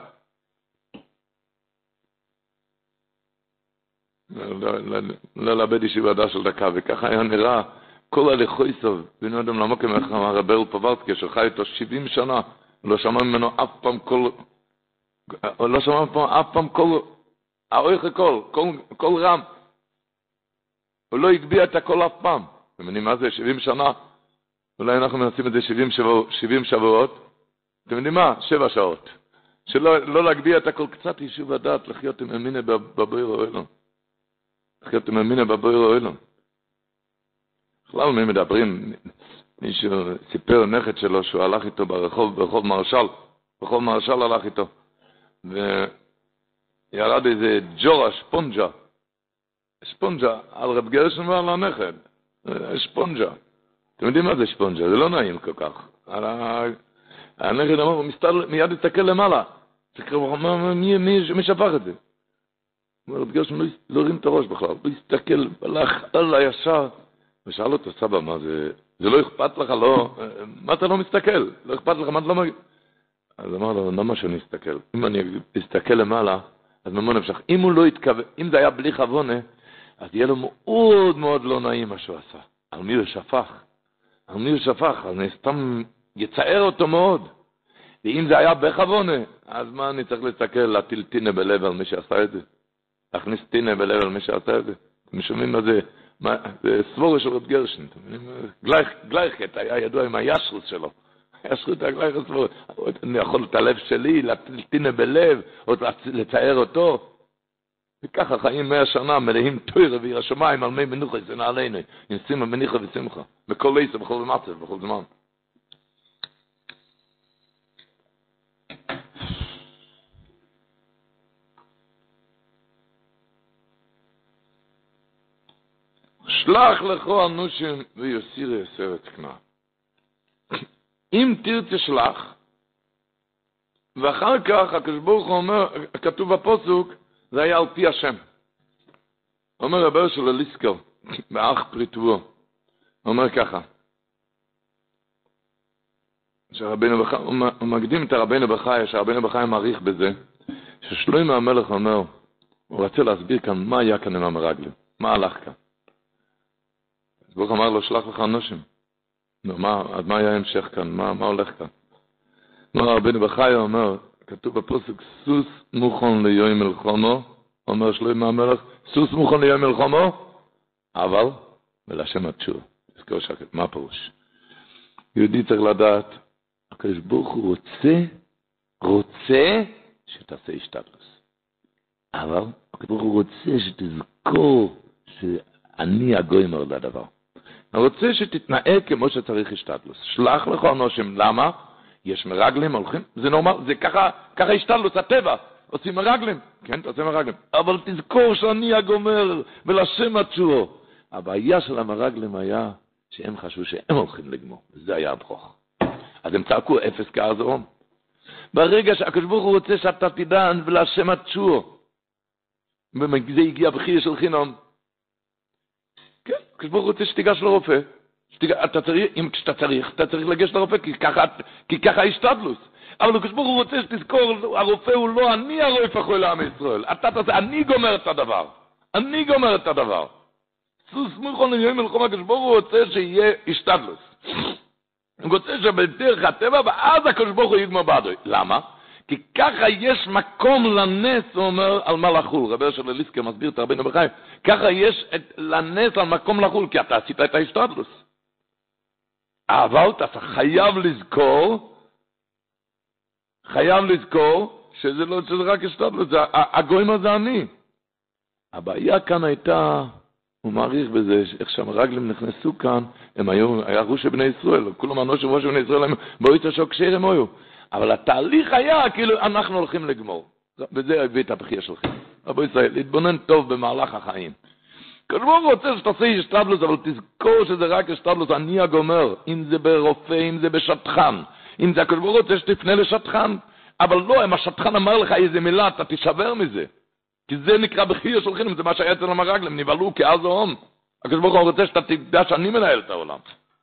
לא לאבד יישוב הדעת של דקה. וככה היה נראה כל הלכוי סוב. וינו אדם למוקם איך אמר רברל פוברסקי, שחי איתו שבעים שנה. לא שמע ממנו אף פעם כל... לא שמע ממנו אף פעם כל... האורך הכל, כל, כל רם. הוא לא הגביע את הכל אף פעם. אתם יודעים מה זה? שבעים שנה. אולי אנחנו מנסים את זה שבעים, שבוע, שבעים שבועות. אתם יודעים מה? שבע שעות. שלא לא להגביע את הכל, קצת יישוב הדעת, לחיות עם אמינה בבויר אוהלון. לחיות עם אמינה בבויר אוהלון. בכלל מי מדברים, מישהו סיפר נכד שלו שהוא הלך איתו ברחוב, ברחוב מרשל. ברחוב מרשל הלך איתו. ו... ירד איזה ג'ורה, שפונג'ה. שפונג'ה, על רב גרשן ועל הנכד. שפונג'ה. אתם יודעים מה זה שפונג'ה? זה לא נעים כל כך. הנכד אמר, מיד הסתכל למעלה. מי שפך את זה? רב גרשן לא הרים את הראש בכלל. הוא הסתכל, הלך על הישר. ושאל אותו, סבא, מה זה? זה לא אכפת לך, לא? מה אתה לא מסתכל? לא אכפת לך, מה אתה לא מגיע? אז אמר לו, למה שאני אסתכל? אם אני אסתכל למעלה, אז ממון נפשך. אם הוא לא התכוון, אם זה היה בלי חבונה, אז יהיה לו מאוד מאוד לא נעים מה שהוא עשה. על מי הוא שפך? על מי הוא שפך? אז אני סתם יצער אותו מאוד. ואם זה היה בחבונה, אז מה אני צריך להסתכל, להטיל טינה בלב על מי שעשה את זה? להכניס טינה בלב על מי שעשה את זה? אתם שומעים מה זה? מה, זה סבורה של רב גרשן. גלייך, גלייכת היה ידוע עם הישרוס שלו. השחוט הגלייך הסבור. אני יכול את הלב שלי, להטינה בלב, או לצייר אותו. וככה חיים מאה שנה, מלאים תוירה ועיר השמיים, על מי מנוחה, זה נעלינו. עם סימה מניחה ושמחה. בכל ליסה, בכל מצב, בכל זמן. שלח לכו אנושים ויוסיר יסרת כנעה. אם תרצה שלח, ואחר כך הקדוש ברוך הוא אומר, כתוב בפסוק, זה היה על פי השם. אומר רבי של אליסקר, באח פריטבו, אומר ככה, שהרבינו בחי, הוא מקדים את הרבינו בחי, שהרבינו בחי מעריך בזה, ששלמה המלך אומר, הוא רצה להסביר כאן מה היה כאן עם המרגלים, מה הלך כאן. אז ברוך אמר לו, שלח לך אנשים. נו, מה, אז מה היה המשך כאן? מה, מה הולך כאן? נו, הרבינו בחי אומר, כתוב בפסוק, סוס מוכן ליום מלחמו, אומר שלמה המלך, סוס מוכן ליום מלחמו, אבל, ולשם התשור. תזכור שקט, מה הפירוש? יהודי צריך לדעת, הקדוש ברוך הוא רוצה, רוצה שתעשה השתדלות. אבל הקדוש ברוך הוא רוצה שתזכור שאני הגוימר לדבר. הוא רוצה שתתנהג כמו שצריך השתדלות. שלח לך אנשים, למה? יש מרגלים, הולכים, זה נורמל, זה ככה, ככה השתדלות, הטבע, עושים מרגלים, כן, אתה עושה מרגלים. אבל תזכור שאני הגומר ולשם התשורו. הבעיה של המרגלים היה שהם חשבו שהם הולכים לגמור, וזה היה הברוך. אז הם צעקו אפס כעזרום. ברגע שהקדוש ברוך הוא רוצה שאתה תדען ולשם התשור, וזה הגיע בחיר של חינום. כן, הקדוש ברוך הוא רוצה שתיגש לרופא. שתיגע, אתה צריך, אם כשאתה צריך, אתה צריך לגש לרופא, כי ככה, כי ככה השתדלוס. אבל הקדוש ברוך הוא רוצה שתזכור, הרופא הוא לא אני הרופא חולה לעם ישראל. אתה תעשה, אני גומר את הדבר. אני גומר את הדבר. סוס מוכן ליום מלחמה, הקדוש ברוך הוא רוצה שיהיה השתדלוס. הוא רוצה שבדרך הטבע, ואז הקדוש ברוך הוא יגמור בעדוי. למה? כי ככה יש מקום לנס, הוא אומר, על מה לחול. רבי של אליסקר מסביר את רבינו בחי. ככה יש את, לנס על מקום לחול, כי אתה עשית את ההשתדלוס. אבל אתה חייב לזכור, חייב לזכור, שזה לא, שזה רק השתדלוס, הגוימה זה אני. הבעיה כאן הייתה, הוא מעריך בזה, איך שהמרגלים נכנסו כאן, הם היו, היה ראש בני ישראל, כולם אנוש ראש בני ישראל, הם בואו יתשוק כשיר הם היו. אבל התהליך היה, כאילו, אנחנו הולכים לגמור. וזה הביא את הבחייה שלכם. רבו ישראל, להתבונן טוב במהלך החיים. כלומר, הוא רוצה שתעשה השתדלות, אבל תזכור שזה רק השתדלות, אני הגומר, אם זה ברופא, אם זה בשטחן. אם זה הכלומר רוצה שתפנה לשטחן. אבל לא, אם השטחן אמר לך איזה מילה, אתה תשבר מזה. כי זה נקרא בחייה שלכם, זה מה שהיה אצל המרגלים, נבהלו כאז ההום. הכלומר, הוא רוצה שאתה תדע שאני מנהל את העולם.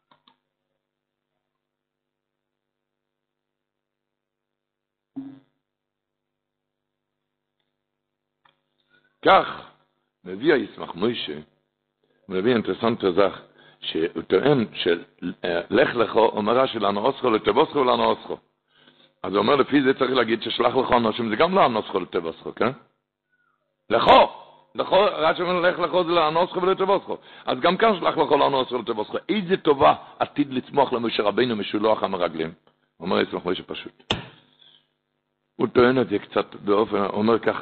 כך, מביא הישמח מוישה, הוא מביא אינטרסנט הזך, שהוא טוען שלך לכו, אומרה שלנו אוסכו לטבוסכו ולנו אוסכו. אז הוא אומר, לפי זה צריך להגיד ששלח לכו אנשים, זה גם לא אוסכו לטבוסכו, כן? לכו, לכו, רק שאומר, לך לכו זה לנו אוסכו ולטבוסכו. אז גם כאן שלח לכו לנו אוסכו לטבוסכו. איזה טובה עתיד לצמוח למשה רבינו משולוח המרגלים. הוא אומר, ישמח מוישה פשוט. הוא טוען את זה קצת באופן, הוא אומר ככה,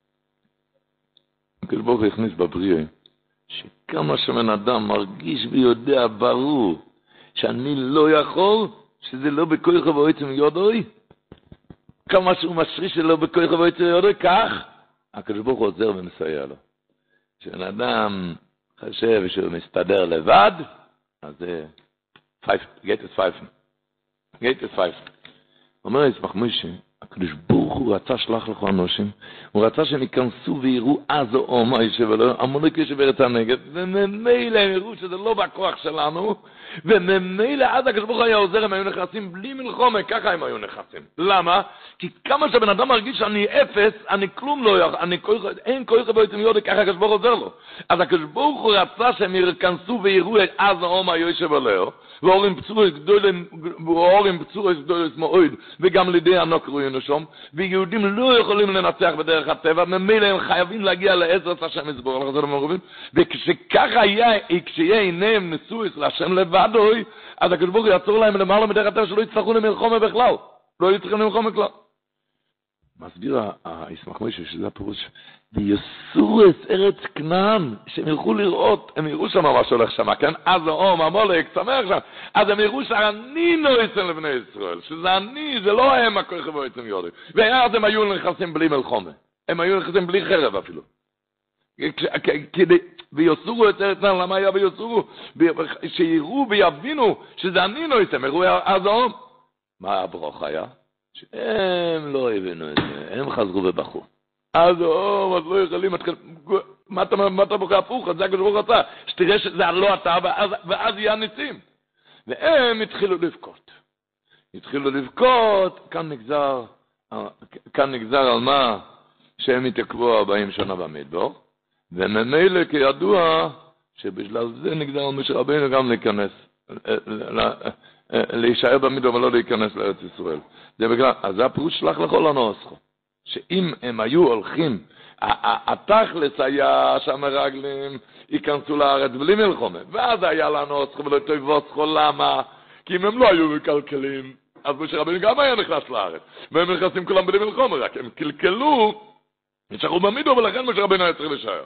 הקדוש ברוך הוא הכניס בבריאה, שכמה שבן אדם מרגיש ויודע ברור, שאני לא יכול, שזה לא בכוח ובעצם יודעי, כמה שהוא משריש שלא בכוח ובעצם יודעי, כך, הקדוש ברוך הוא עוזר ומסייע לו. כשבן אדם חושב שהוא מסתדר לבד, אז זה גייט את פייפן. גייט את פייפן. אומר ישמח מוישה, הקדוש ברוך הוא רצה שלח לך אנשים, הוא רצה שהם ייכנסו ויראו אז או אום הישב אלוהים, המונק ישב ארץ הנגד, וממילא הם יראו שזה לא בכוח שלנו, וממילא אז הקדוש ברוך הוא היה עוזר, הם היו נכנסים בלי מלחמה, ככה הם היו נכנסים. למה? כי כמה שבן אדם מרגיש שאני אפס, אני כלום לא יכול, אני אין כוח בעצם יודע, ככה הקדוש ברוך הוא עוזר לו. אז הקדוש ברוך הוא רצה שהם ייכנסו ויראו אז או אום הישב אלוהים, ואורים פצורי גדולים, ואורים פצורי גדולים מאוד, וגם לידי הנוקרו ינושום, ויהודים לא יכולים לנצח בדרך הטבע, ממילא הם חייבים להגיע לעזרת השם יסבור, אנחנו זה לא מרובים, וכשככה היה, כשיהיה עיניהם נשואים להשם לבדוי, אז הקדוש ברוך הוא יעצור להם למעלה מדרך הטבע, שלא יצטרכו למלחמה בכלל, לא יצטרכו למלחמה בכלל. מסביר הישמח מוישה שזה הפירוש, ויסורו את ארץ כנען, שהם ילכו לראות, הם יראו שם מה שהולך שם, כן? אז האום, המולק, צמח שם, אז הם יראו שאני נועצם לבני ישראל, שזה אני, זה לא הם הכוח ובעצם יודעים. ואז הם היו נכנסים בלי מלחמה, הם היו נכנסים בלי חרב אפילו. ויסורו את ארץ למה היה ויסורו? שיראו ויבינו שזה אני לא יסם, יראו אז האום. מה הברוך היה? שהם לא הבינו את זה, הם חזרו ובחו. אז או, אז לא יכולים, מה אתה, מה אתה בוכה הפוך? זה הקדוש ברוך הוא רצה, שתראה שזה לא אתה, ואז, ואז יהיה ניסים. והם התחילו לבכות. התחילו לבכות, כאן נגזר, כאן נגזר על מה שהם התעכבו ארבעים שנה במדבר, וממילא כידוע שבשלב זה נגזר על משה רבינו גם להיכנס, להישאר במדבר ולא להיכנס לארץ ישראל. זה בגלל, אז זה הפירוש שלח לכל הנוסחו, שאם הם היו הולכים, התכלס היה שהמרגלים ייכנסו לארץ בלי מלחמה, ואז היה לנו נוסחו ולא תבוסחו, למה? כי אם הם לא היו מקלקלים, אז משה רבינו גם היה נכנס לארץ, והם נכנסים כולם בלי מלחמה, רק הם קלקלו, נשארו במדבר, ולכן משה רבינו היה צריך להישאר.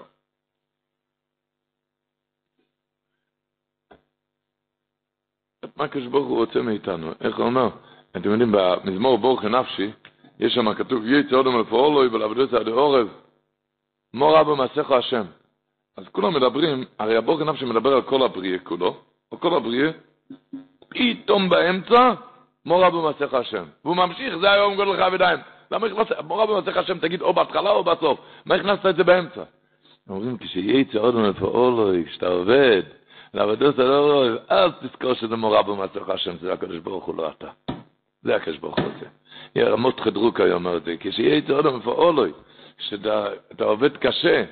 מה הקדוש ברוך הוא רוצה מאיתנו? איך הוא אומר? אתם יודעים, במזמור ברוך נפשי, יש שם כתוב, יצא אדם לפעולוי ולעבודות עד העורב, מור אבא מעשיך השם. אז כולם מדברים, הרי הברוך נפשי מדבר על כל הבריאה כולו, על כל הבריאה, פתאום באמצע, מור אבא מעשיך השם. והוא ממשיך, זה היום גודל לך ודיים. למה הכנסת, מור אבא מעשיך השם, תגיד או בהתחלה או בסוף. מה הכנסת את זה באמצע? אומרים, כשיצא אדם לפעולוי, כשאתה עובד, לעבודות עד העורב, אז תזכור שזה מור אבא מעשיך השם, זה הקדוש ברוך הוא לא אתה. זה הקדוש ברוך הוא זה. רמות חדרוק היום אומר את זה, כשיהיה יצא אדם לפעולוי, שאתה עובד קשה,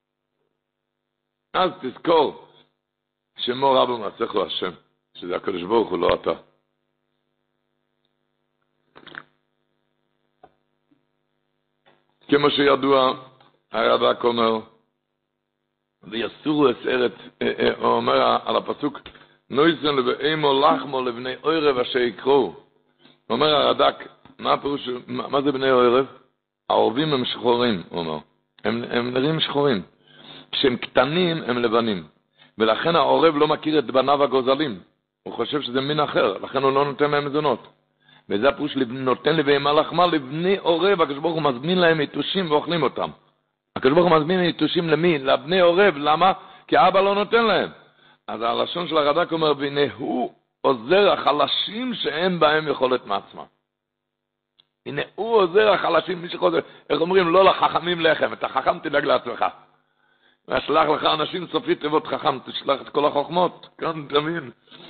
אז תזכור שמור אבא מעשיך השם, שזה הקדוש ברוך הוא לא אתה. כמו שידוע, הרד"ק אומר, ויסורו את ארץ, הוא אומר על הפסוק, נויסן לבאמו לחמו לבני עורב אשר יקראו. אומר הרד"ק, מה הפירוש, מה זה בני העורב? העורבים הם שחורים, הוא אומר. הם, הם נראים שחורים. כשהם קטנים הם לבנים. ולכן העורב לא מכיר את בניו הגוזלים. הוא חושב שזה מין אחר, לכן הוא לא נותן להם מזונות. וזה הפירוש נותן לבהמה לחמה לבני עורב, הקדוש ברוך הוא מזמין להם יתושים ואוכלים אותם. הקדוש ברוך הוא מזמין יתושים למי? לבני עורב, למה? כי האבא לא נותן להם. אז הלשון של הרד"ק אומר, והנה הוא עוזר החלשים שאין בהם יכולת מעצמם. הנה הוא עוזר החלשים, מי שחוזר, איך אומרים, לא לחכמים לחם, את החכם תדאג לעצמך. ואשלח לך אנשים סופית תיבות חכם, תשלח את כל החוכמות, כאן תבין.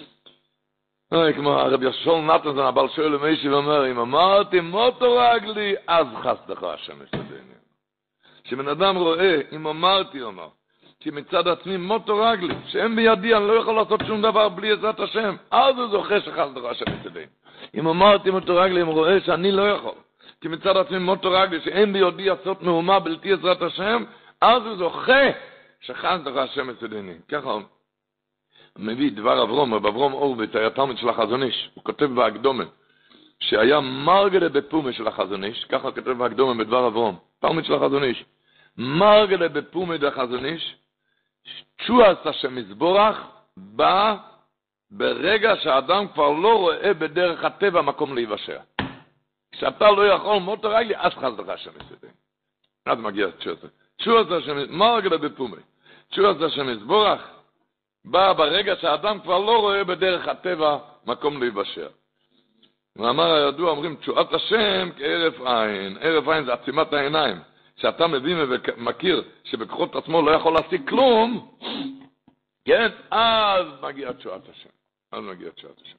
כמו הרב ישול נתנזון, הבעל שואל למישהו ואומר, אם אמרתי מוטו רגלי, אז חסדך השם יסתדני. שבן אדם רואה, אם אמרתי, אומר, כי מצד עצמי מוטו רגלי, שאין בידי, אני לא יכול לעשות שום דבר בלי עזרת השם, אז הוא זוכה שחסדך השם יסתדני. אם אמרתי מוטו רגלי, אם הוא רואה שאני לא יכול, כי מצד עצמי מוטו רגלי, שאין בידי לעשות מהומה בלתי עזרת השם, אז הוא זוכה שחסדך השם יסתדני. ככה הוא מביא דבר אברום, רב אברום אורבית, היה תלמיד של החזון איש, הוא כותב בהקדומה, שהיה מרגלה בפומה של החזון איש, ככה הוא כותב בהקדומה בדבר אברום, תלמיד של החזון איש, מרגלה בפומה של החזון איש, תשועס השם יזבורך, בא ברגע שהאדם כבר לא רואה בדרך הטבע מקום להיוושע. כשאתה לא יכול מוטו רגלי, אז חסדך השם יסתדני. אז מגיע תשועס. תשועס השם, מרגלה בפומה, תשועס השם יזבורך, בא ברגע שהאדם כבר לא רואה בדרך הטבע מקום להיוושע. מאמר הידוע אומרים, תשועת השם כערף עין. ערף עין זה עצימת העיניים. שאתה מבין ומכיר שבכוחות עצמו לא יכול להשיג כלום, כן, אז מגיע תשועת השם. אז מגיע תשועת השם.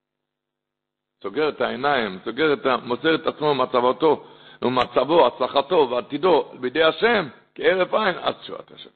סוגר את העיניים, סוגר את, מוסר את עצמו מצבותו, ומצבו, הצלחתו ועתידו בידי השם, כערף עין, אז תשועת השם.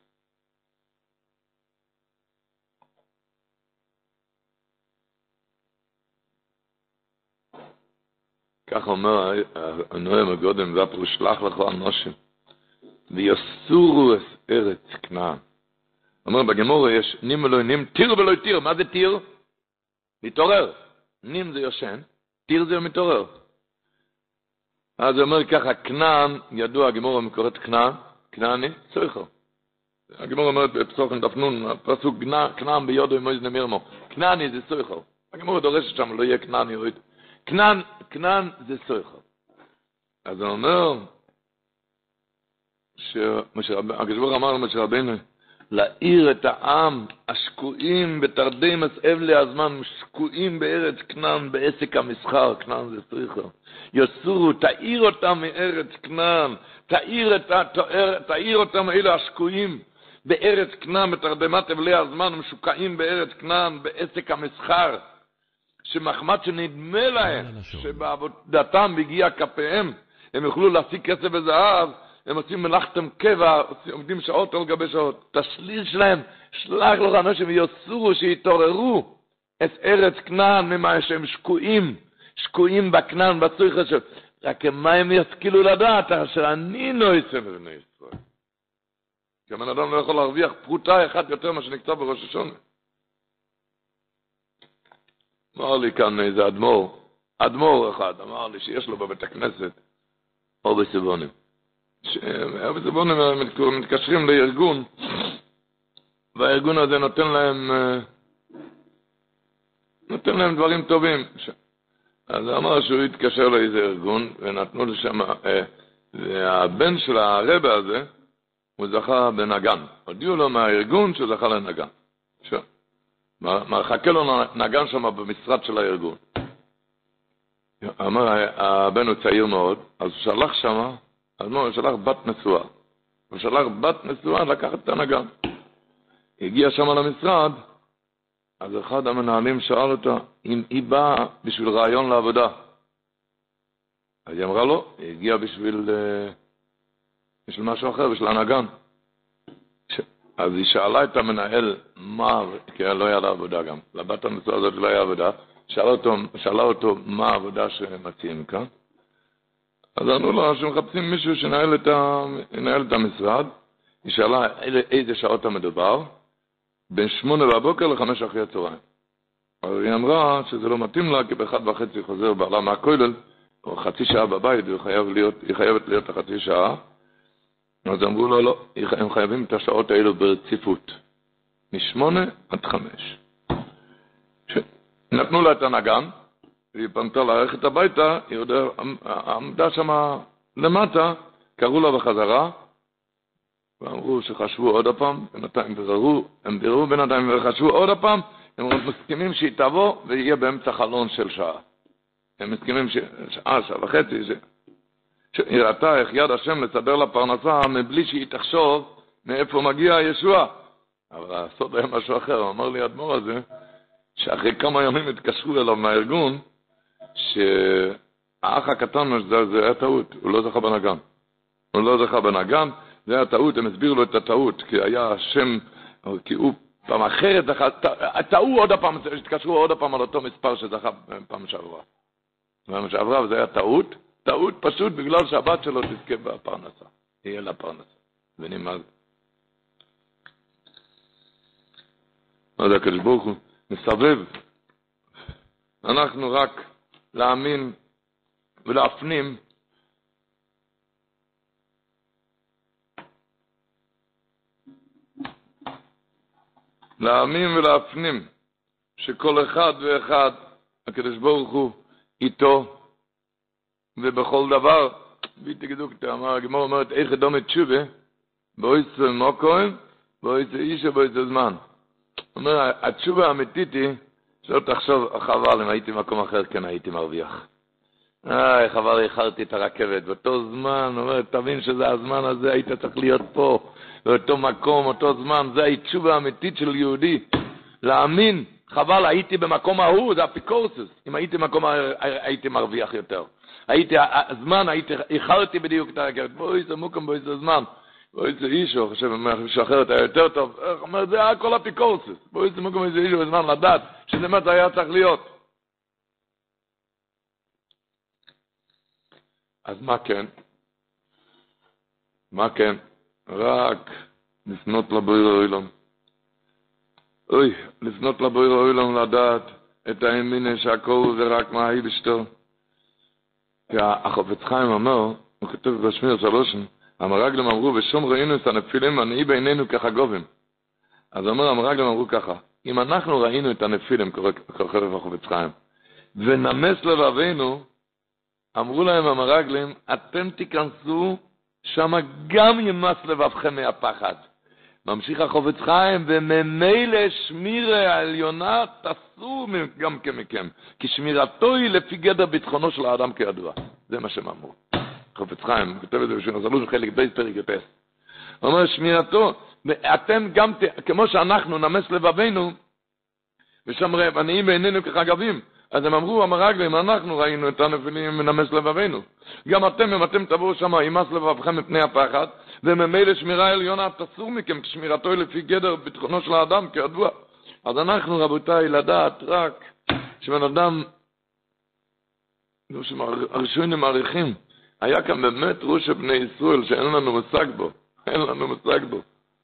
כך אומר הנואם הקודם, והפירוש שלח לך אנשים ויסורו את ארץ כנען. אומר בגמרא יש נים ולא נים, תיר ולא תיר. מה זה תיר? מתעורר. נים זה יושן, תיר זה מתעורר. אז הוא אומר ככה, כנען, ידוע, הגמרא מקוראת כנען, כנעני, סויכו. הגמרא אומרת בפסוחן דפנון, הפסוק כנען ביודו עם מויז נמירמו. כנעני זה סויכו. הגמרא דורשת שם, לא יהיה כנעני, כנען, כנען זה סויכו. אז הוא אומר, שהקדוש ברוך הוא אמר למשה רבנו, להעיר את העם, השקועים בתרדמת אבלי הזמן, שקועים בארץ כנען, בעסק המסחר, כנען זה צריכה. יסורו, תעיר אותם מארץ כנען, תעיר, את, תעיר, תעיר אותם אלו השקועים בארץ כנען, בתרדמת אבלי הזמן, משוקעים בארץ כנען, בעסק המסחר, שמחמד שנדמה להם, שבעבודתם והגיע כפיהם, הם יוכלו להשיג כסף וזהב, הם עושים מלאכתם קבע, עומדים שעות על גבי שעות. תשליל שלהם, שלח לך אנשים ויוסורו, שיתעוררו את ארץ כנען ממה שהם שקועים, שקועים בכנען, בצריכה של... רק מה הם ישכילו לדעת, אשר אני לא אעשה לבני ישראל. כי הבן אדם לא יכול להרוויח פרוטה אחת יותר מה שנקצה בראש השונה. אמר לי כאן איזה אדמו"ר, אדמו"ר אחד, אמר לי שיש לו בבית הכנסת, או בסיבונים. שבסבונים מתקשרים לארגון, והארגון הזה נותן להם נותן להם דברים טובים. אז אמר שהוא התקשר לאיזה ארגון, ונתנו לשם, והבן של הרבא הזה, הוא זכה בנגן. הודיעו לו מהארגון שהוא זכה לנגן. מחכה לו נגן שם במשרד של הארגון. אמר, הבן הוא צעיר מאוד, אז הוא שלח שם, אז הוא שלח בת נשואה. הוא שלח בת נשואה לקחת את הנגן. הגיע שם למשרד, אז אחד המנהלים שאל אותה אם היא באה בשביל רעיון לעבודה. אז היא אמרה לו, היא הגיעה בשביל, בשביל משהו אחר, בשביל הנגן. אז היא שאלה את המנהל מה, כי לא היה לה עבודה גם, לבת הנשואה הזאת לא היה עבודה, שאלה אותו, שאלה אותו מה העבודה שמציעים כאן. אז אמרו לו שמחפשים מישהו שנהל את, ה, ינהל את המשרד. היא שאלה איזה שעות המדובר, בין שמונה בבוקר לחמש אחרי הצהריים. אז היא אמרה שזה לא מתאים לה, כי באחד וחצי חוזר בעלה מהכולל, או חצי שעה בבית, והיא חייב להיות, היא חייבת להיות לחצי שעה. אז אמרו לו, לא, הם חייבים את השעות האלו ברציפות. משמונה עד חמש. נתנו לה את הנגן, והיא פנתה ללכת הביתה, היא עוד עמדה שם למטה, קראו לה בחזרה, ואמרו שחשבו עוד הפעם, בינתיים בררו, הם ביררו בינתיים וחשבו עוד הפעם, הם מסכימים שהיא תבוא ויהיה באמצע חלון של שעה. הם מסכימים שעה, שעה וחצי, ש... שהיא ראתה איך יד השם לסדר לה פרנסה מבלי שהיא תחשוב מאיפה מגיע הישוע. אבל הסוד היה משהו אחר, הוא אמר לי האדמו"ר הזה, שאחרי כמה ימים התקשרו אליו מהארגון, שהאח הקטן זה, זה היה טעות, הוא לא זכה בנגן. הוא לא זכה בנגן, זה היה טעות, הם הסבירו לו את הטעות, כי היה השם, כי הוא פעם אחרת זכה, טעו עוד הפעם, התקשרו עוד הפעם על אותו מספר שזכה פעם שעברה. פעם שעברה, וזה היה טעות, טעות פשוט בגלל שהבת שלו תזכה בפרנסה. יהיה לה פרנסה. ונמאז. אז הקדוש ברוך הוא מסבב. אנחנו רק להאמין ולהפנים להאמין ולהפנים שכל אחד ואחד הקדוש ברוך הוא איתו ובכל דבר. ותגידו כתאמר, הגמרא אומרת איך אדום תשובה באויס מוקוים באויס איש ובאויס זמן. אומר, התשובה האמיתית היא שלא תחשוב, חבל, אם הייתי במקום אחר, כן הייתי מרוויח. איי, חבל, איחרתי את הרכבת. באותו זמן, אומר, תבין שזה הזמן הזה, היית צריך להיות פה, באותו מקום, אותו זמן. זה התשובה האמיתית של יהודי. להאמין, חבל, הייתי במקום ההוא, זה אפיקורסוס. אם הייתי במקום אחר, הייתי מרוויח יותר. הייתי, הזמן, הייתי, איחרתי בדיוק את הרכבת. בואי, זה מוקם, בואי, זה זמן. בואי זה אישו, חושב, שאחרת היה יותר טוב. אומר, זה היה כל אפיקורסוס. בואי זה מוקם איזה אישו בזמן לדעת, שזה מה זה היה צריך להיות. אז מה כן? מה כן? רק לפנות לבויר האילון. אוי, לפנות לבויר האילון לדעת את האמינה שהכל זה רק מה היא בשתו. כי החפץ חיים אומר, הוא כתוב בשמיר שלושן, המרגלים אמרו, ושום ראינו את הנפילים, הנאי בעינינו כחגובים. אז אומר, המרגלים אמרו ככה, אם אנחנו ראינו את הנפילים, כחרף החפץ חיים, ונמס ללבנו, אמרו להם המרגלים, אתם תיכנסו, שם גם ימס לבבכם מהפחד. ממשיך החופץ חיים, וממילא שמירה העליונה תעשו גם כמכם, כי שמירתו היא לפי גדר ביטחונו של האדם כידוע. זה מה שהם אמרו. חופץ חיים, כותב את זה בשביל נזלו חלק בית פרק הפס. הוא אומר, שמירתו, ואתם גם, כמו שאנחנו נמס לבבינו, ושם רב, עניים בעינינו כחגבים, אז הם אמרו, המרגלים, אנחנו ראינו את הנפילים ונמס לבבינו. גם אתם, אם אתם תבואו שם, ימס לבבכם מפני הפחד, וממילא שמירה עליונה תסור מכם, כשמירתו היא לפי גדר ביטחונו של האדם, כידוע. אז אנחנו, רבותיי, לדעת רק שבן אדם, הרשויים מעריכים, היה כאן באמת ראש בני ישראל שאין לנו מושג בו, אין לנו מושג בו.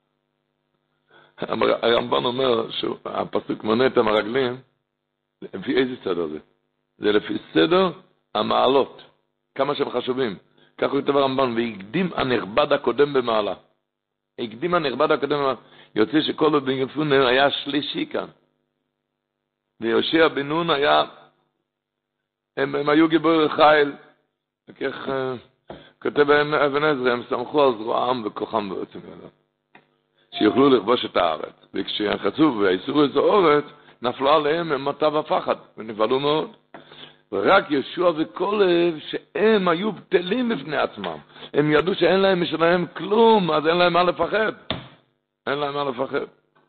הרמב"ן אומר שהפסוק מונה את המרגלים, לפי איזה סדר זה? זה לפי סדר המעלות, כמה שהם חשובים. כך הוא כתב הרמב"ן, והקדים הנכבד הקודם במעלה. הקדים הנכבד הקודם במעלה. יוצא שכל בן יפונה היה שלישי כאן. ויהושע בן נון היה, הם, הם היו גיבורי חיל, וכך כותב אבן עזרא, הם סמכו על זרועם וכוחם בעצם ידע. שיוכלו לכבוש את הארץ. וכשחצו והאיסורו את הארץ, נפלו עליהם הם מטה ופחד, ונבהלו מאוד. ורק ישוע וקולב שהם היו בטלים בפני עצמם. הם ידעו שאין להם משלהם כלום, אז אין להם מה לפחד. אין להם מה לפחד.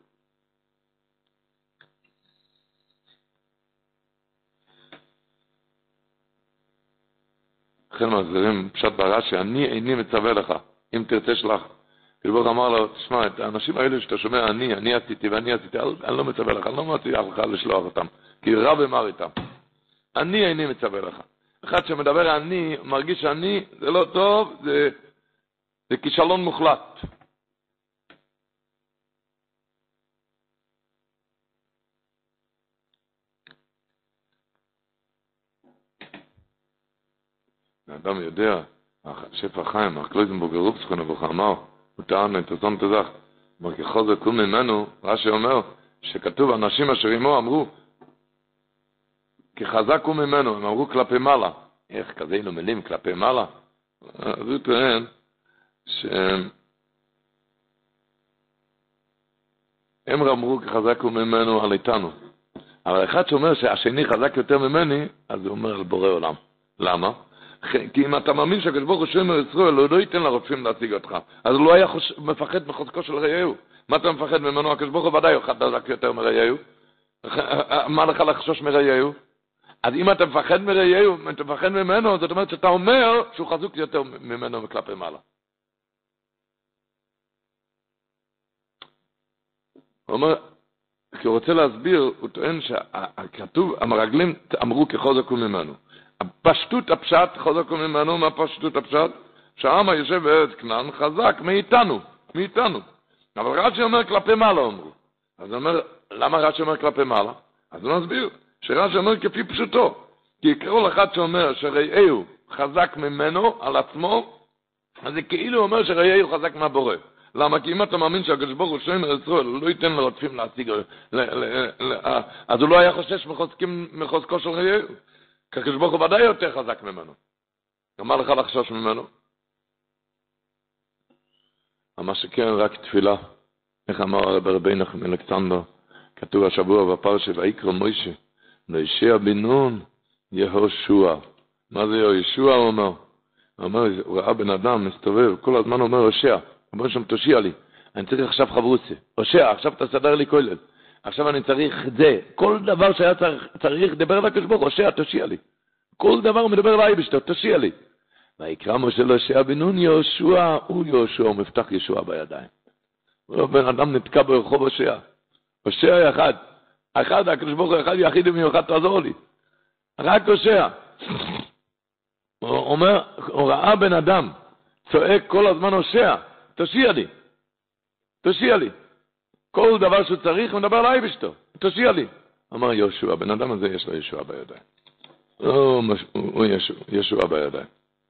לכן מסבירים פשט ברש"י, אני איני מצווה לך, אם תרצה שלך. אלבוך אמר לו, תשמע, את האנשים האלה שאתה שומע, אני, אני עשיתי ואני עשיתי, אני לא מצווה לך, אני לא מצווה לך לשלוח אותם, כי רב אמר איתם. אני איני מצווה לך. אחד שמדבר אני, מרגיש שאני, זה לא טוב, זה, זה כישלון מוחלט. האדם יודע, שפע חיים, הקלויזנבורג הרובסכון אבוכה אמר, הוא טען את הזון תזך, אמר ככל זה קום ממנו, רש"י אומר, שכתוב אנשים אשר עמו אמרו, כחזק הוא ממנו, הם אמרו כלפי מעלה. איך כזה היינו מילים כלפי מעלה? אז הוא טוען שהם אמרו כחזק הוא ממנו על איתנו. אבל אחד שאומר שהשני חזק יותר ממני, אז הוא אומר על בורא עולם. למה? כי אם אתה מאמין שהקדוש ברוך הוא שומר ישראל, הוא לא ייתן לרודפים להשיג אותך. אז הוא לא היה חוש... מפחד מחוזקו של רעהו. מה אתה מפחד ממנו? הקדוש ברוך הוא ודאי הוא חזק יותר מרעהו. מה לך לחשוש מרעהו? אז אם אתה מפחד מרעהו, אם אתה מפחד ממנו, זאת אומרת שאתה אומר שהוא חזוק יותר ממנו מכלפי מעלה. הוא אומר, כי הוא רוצה להסביר, הוא טוען שהכתוב, המרגלים אמרו כחזק הוא ממנו. הפשטות הפשט, חזק הוא ממנו, מה פשטות הפשט? שהעם היושב בארץ כנען חזק מאיתנו, מאיתנו. אבל רש"י אומר כלפי מעלה אמרו. אז הוא אומר, למה רש"י אומר כלפי מעלה? אז הוא מסביר. שרש"י אומר כפי פשוטו, כי כל אחד שאומר שרעהו חזק ממנו על עצמו, אז זה כאילו אומר שרעהו חזק מהבורא. למה? כי אם אתה מאמין שהקדוש ברוך הוא שומר ישראל, הוא לא ייתן לרודפים להשיג, אז הוא לא היה חושש מחוזקו של רעהו. כי הקדוש ברוך הוא ודאי יותר חזק ממנו. אמר לך לחשוש ממנו? מה שכן רק תפילה, איך אמר רבי נחמן אלכסנדר, כתוב השבוע בפרשה ויקרא מוישה, וישע בן נון יהושע. מה זה יהושע? הוא אומר. הוא אומר, הוא ראה בן אדם מסתובב, כל הזמן אומר הושע. הוא אומר שם תושיע לי. אני צריך עכשיו חברוסה. הושע, עכשיו תסדר לי כולל. עכשיו אני צריך את זה. כל דבר שהיה צריך, צריך דבר לקדוש ברוך הוא, הושע, תושיע לי. כל דבר הוא מדבר אליי בשתו, תושיע לי. ויקרא משה להושע בן נון יהושע, הוא יהושע, הוא מפתח ישוע בידיים. בן אדם נתקע ברחוב הושע. הושע אחד. אחד, הקדוש ברוך הוא אחד יחיד ומיוחד, תעזור לי. רק הושע. הוא אומר, הוא ראה בן אדם, צועק כל הזמן הושע, תושיע לי. תושיע לי. כל דבר שהוא צריך, הוא מדבר עליי בשתו. תושיע לי. אמר יהושע, בן אדם הזה יש לו ישוע בידיים. הוא ישוע בידיים.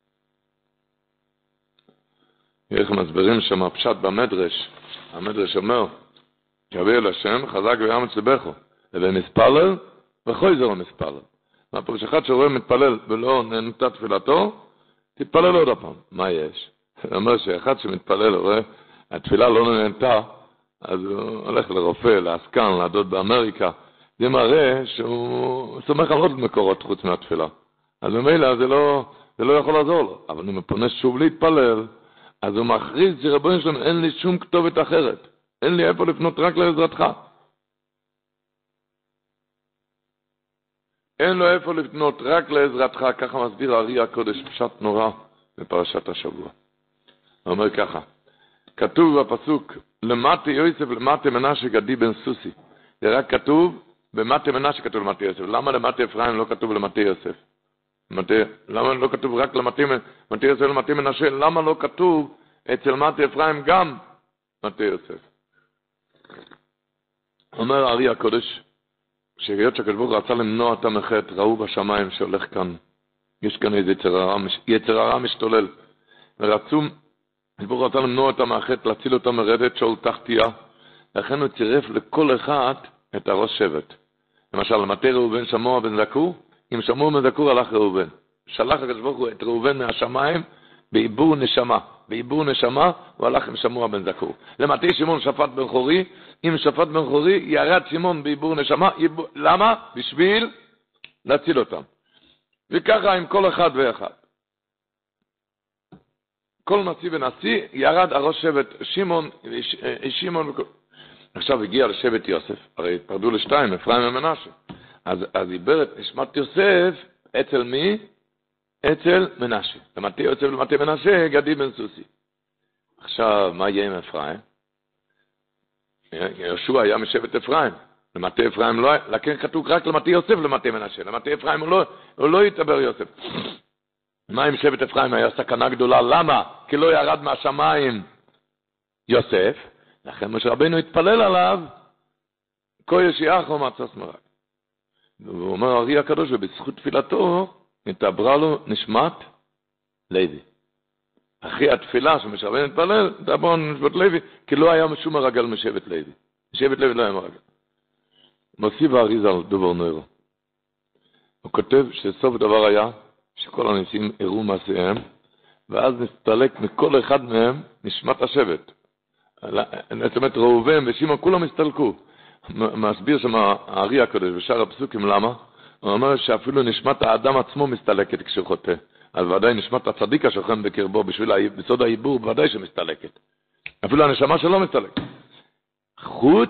איך מסברים שם הפשט במדרש. המדרש אומר, יביא אל השם חזק ויאמץ לבכו. ומספלל וחוזר המספלל. מה פירוש אחד שרואה מתפלל ולא נענתה תפילתו, תתפלל עוד הפעם. מה יש? הוא אומר שאחד שמתפלל רואה, התפילה לא נענתה, אז הוא הולך לרופא, לעסקן, לעדות באמריקה. זה מראה שהוא סומך על עוד מקורות חוץ מהתפילה. אז במילא זה לא, זה לא יכול לעזור לו. אבל אם הוא פונה שוב להתפלל, אז הוא מכריז שרבונו שלום, אין לי שום כתובת אחרת. אין לי איפה לפנות רק לעזרתך. אין לו איפה לפנות רק לעזרתך, ככה מסביר הארי הקודש, פשט נורא בפרשת השבוע. הוא אומר ככה, כתוב בפסוק, למטה יוסף למטה מנשה גדי בן סוסי. זה רק כתוב במטה מנשה כתוב למטה יוסף. למה למטה אפרים לא כתוב למטה יוסף? למטה, למה לא כתוב רק למטה יוסף למטה מנשה? למה לא כתוב אצל מטה אפרים גם מטה יוסף? אומר הארי הקודש, שהיות שהקדוש ברוך הוא רצה למנוע את המחט, ראו בשמיים שהולך כאן, יש כאן איזה יצר הרע, יצר הרע משתולל, ורצו, הקדוש ברוך הוא רצה למנוע את המחט, להציל אותה מרדת שאול תחתיה, לכן הוא צירף לכל אחד את הראש שבט. למשל, מטה ראובן שמוע בן זכור, אם שמוע בן זכור הלך ראובן. שלח הקדוש ברוך הוא את ראובן מהשמיים בעיבור נשמה. בעיבור נשמה הוא הלך עם שמוע בן זכור. למטה שמעון שפט בן חורי, אם שפט בן חורי ירד שמעון בעיבור נשמה. עיבור... למה? בשביל להציל אותם. וככה עם כל אחד ואחד. כל נשיא ונשיא ירד הראש שבט שמעון, שמעון וכל... עכשיו הגיע לשבט יוסף, הרי פרדו לשתיים, אפרים ומנשה. אז, אז עיבר את נשמת יוסף אצל מי? אצל מנשה. למטה יוסף למטה מנשה, גדי בן סוסי. עכשיו, מה יהיה עם אפרים? יהושע היה משבט אפרים. למטה אפרים לא היה, לכן כתוב רק למטה יוסף למטה מנשה. למטה אפרים הוא לא, הוא לא יתבר יוסף. מה עם שבט אפרים? היה סכנה גדולה. למה? כי לא ירד מהשמיים יוסף. לכן משה רבינו התפלל עליו, כה ישיח ומצא סמרג. והוא אומר הארי הקדוש, ובזכות תפילתו, נתעברה לו נשמת לוי. אחרי התפילה שמשה רבינו התפלל, נתעברה לו נשמת לוי, כי לא היה שום מרגל משבט לוי. משבט לוי לא היה מרגל. מוסיף הארי ז"ל דובר נוירו. הוא כותב שסוף דבר היה, שכל הניסים הראו מעשיהם, ואז נסתלק מכל אחד מהם נשמת השבט. זאת אומרת, ראובן ושמעון כולם הסתלקו. מסביר שם הארי הקדוש בשאר הפסוקים, למה? הוא אומר שאפילו נשמת האדם עצמו מסתלקת כשהוא חוטא. אז ודאי נשמת הצדיק השוכן בקרבו, בשביל בסוד העיבור, ודאי שמסתלקת. אפילו הנשמה שלו מסתלקת. חוץ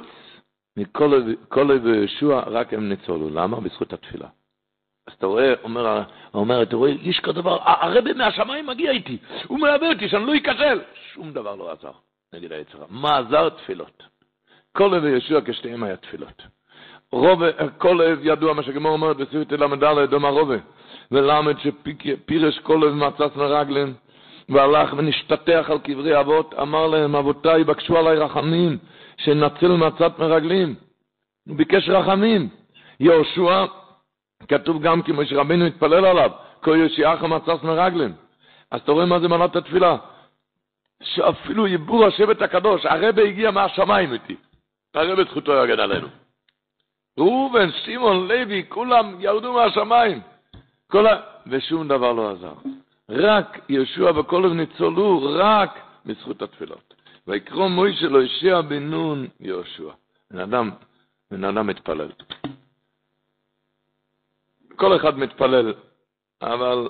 מכל וישוע רק הם ניצולו. למה? בזכות התפילה. אז אתה רואה, אומר, אומר, אתה רואה, יש כדבר, הרבי מהשמיים מגיע איתי, הוא מלווה אותי, שאני לא ייכשל. שום דבר לא עזר נגד היצר. מה עזר? תפילות. כל לב וישוע כשתיהם היה תפילות. רובה, כל לב ידוע מה שגמור אומרת בספר תל"ד, דומה רובה. ולמד שפירש כל לב מצץ מרגלין, והלך ונשתתח על קברי אבות, אמר להם, אבותיי, בקשו עליי רחמים, שנצל מצת מרגלים. הוא ביקש רחמים. יהושע, כתוב גם כי משה רבינו התפלל עליו, כה ישיח ומצץ מרגלין. אז אתה רואה מה זה מנת התפילה? שאפילו יבור השבט הקדוש, הרבי הגיע מהשמיים איתי. הרבי זכותו יגד עלינו. ראובן, שמעון, לוי, כולם ירדו מהשמיים. כל ה... ושום דבר לא עזר. רק יהושע וכל לב ניצולו רק בזכות התפילות. ויקרא מוישה לא ישע בן נון יהושע. בן אדם, בן אדם מתפלל. כל אחד מתפלל, אבל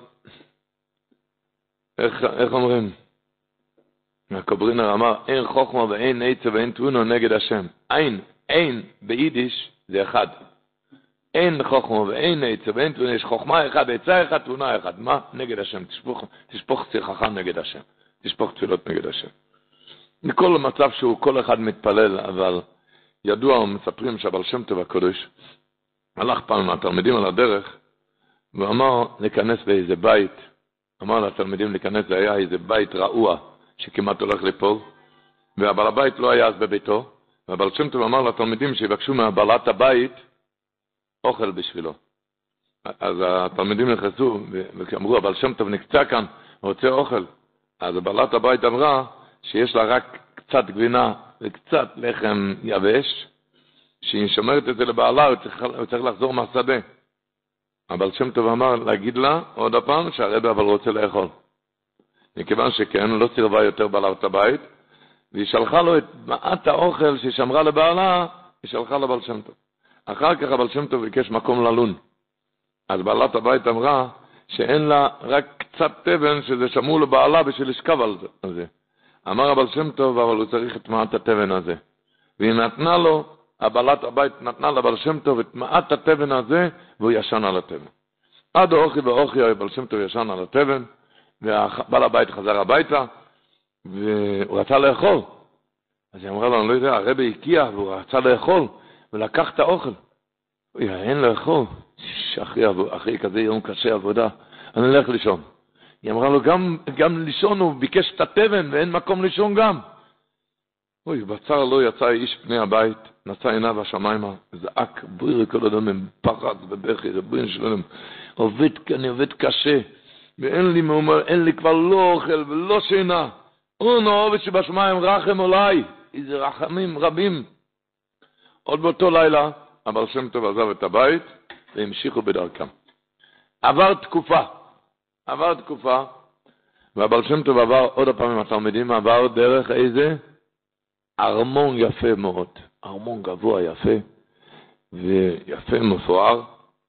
איך, איך אומרים? הקוברינר אמר, אין חוכמה ואין עצה ואין תבונה נגד השם. אין, אין ביידיש זה אחד. אין חוכמה ואין עצה ואין תבונה, יש חוכמה אחד, עצה אחד, תבונה אחד. מה? נגד השם. תשפוך, תשפוך שיחך נגד השם. תשפוך תפילות נגד השם. מכל מצב שהוא כל אחד מתפלל, אבל ידוע ומספרים שהבעל שם טוב הקודש הלך פעם מהתלמידים על הדרך ואמר להיכנס באיזה בית. אמר לתלמידים להיכנס, זה היה איזה בית רעוע שכמעט הולך ליפול, והבעל הבית לא היה אז בביתו, והבעל שם טוב אמר לתלמידים שיבקשו מהבעלת הבית אוכל בשבילו. אז התלמידים נכנסו ואמרו, הבעל שם טוב נקצה כאן, רוצה אוכל. אז בעלת הבית אמרה שיש לה רק קצת גבינה וקצת לחם יבש, שהיא שומרת את זה לבעלה, הוא צריך, הוא צריך לחזור מהשדה. הבעל שם טוב אמר להגיד לה עוד הפעם שהרבי אבל רוצה לאכול. מכיוון שכן, לא סירבה יותר בעלת הבית, והיא שלחה לו את מעט האוכל ששמרה לבעלה, היא שלחה לבעל שם טוב. אחר כך הבעל שם טוב ביקש מקום ללון. אז בעלת הבית אמרה שאין לה רק קצת תבן שזה שמור לבעלה בשביל לשכב על זה. אמר הבעל שם טוב, אבל הוא צריך את מעט התבן הזה. והיא נתנה לו, הבעלת הבית נתנה לבעל שם טוב את מעט התבן הזה, והוא ישן על התבן. עד אוכי ואוכי, הבעל שם טוב ישן על התבן, והבעל הבית חזר הביתה, והוא רצה לאכול. אז היא אמרה לו, אני לא יודע, הרבי הגיע, והוא רצה לאכול, ולקח את האוכל. אוי, אין לאכול. אחי, אחי, כזה יום קשה עבודה, אני אלך לישון. היא אמרה לו, גם, גם לישון, הוא ביקש את התבן, ואין מקום לישון גם. אוי, בצר לא יצא איש פני הבית, נשא עיניו השמיימה, זעק, בוירי כל אדם, הם פחד ובכי, רבוין שלום, עובד, אני עובד קשה, ואין לי, מאומר, אין לי כבר לא אוכל ולא שינה. אונו עובד שבשמיים רחם אולי, איזה רחמים רבים. עוד באותו לילה, הבעל שם טוב עזב את הבית, והמשיכו בדרכם. עבר תקופה, עבר תקופה, והבעל שם טוב עבר עוד הפעם עם התלמידים, עבר דרך איזה ארמון יפה מאוד, ארמון גבוה יפה, ויפה מפואר,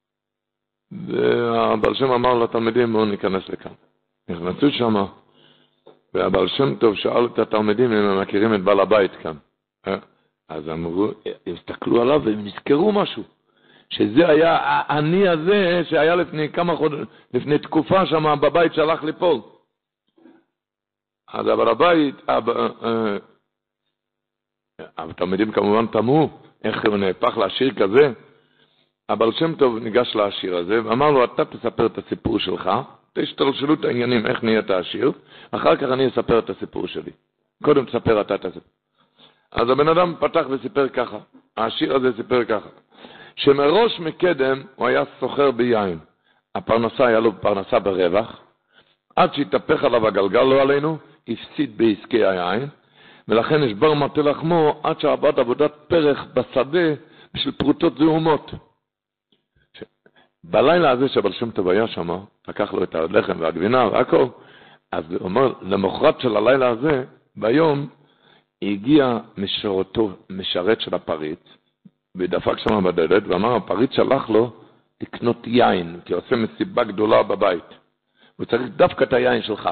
והבעל שם אמר לתלמידים, בואו ניכנס לכאן. נכנסו שם, והבעל שם טוב שאל את התלמידים אם הם מכירים את בעל הבית כאן. אז אמרו, הם הסתכלו עליו והם נזכרו משהו. שזה היה העני הזה שהיה לפני כמה חודשים, לפני תקופה שם בבית שהלך ליפול. אז אבל הבית, התלמידים כמובן תמו, איך הוא נהפך לעשיר כזה. הבעל שם טוב ניגש לעשיר הזה ואמר לו, אתה תספר את הסיפור שלך, תשתלשלו את העניינים איך נהיית העשיר, אחר כך אני אספר את הסיפור שלי. קודם תספר אתה את הסיפור. אז הבן אדם פתח וסיפר ככה, העשיר הזה סיפר ככה, שמראש מקדם הוא היה סוחר ביין, הפרנסה היה לו פרנסה ברווח, עד שהתהפך עליו הגלגל לא עלינו, הפסיד בעסקי היין, ולכן נשבר מטה לחמו עד שעבד עבודת פרח בשדה בשביל פרוטות זהומות. בלילה הזה שבעל שם טוב היה שם, לקח לו את הלחם והגבינה והכל, אז הוא אומר, למחרת של הלילה הזה, ביום, הגיע משרתו, משרת של הפריץ, ודפק שם בדלת, ואמר, הפריץ שלח לו לקנות יין, כי הוא עושה מסיבה גדולה בבית. הוא צריך דווקא את היין שלך.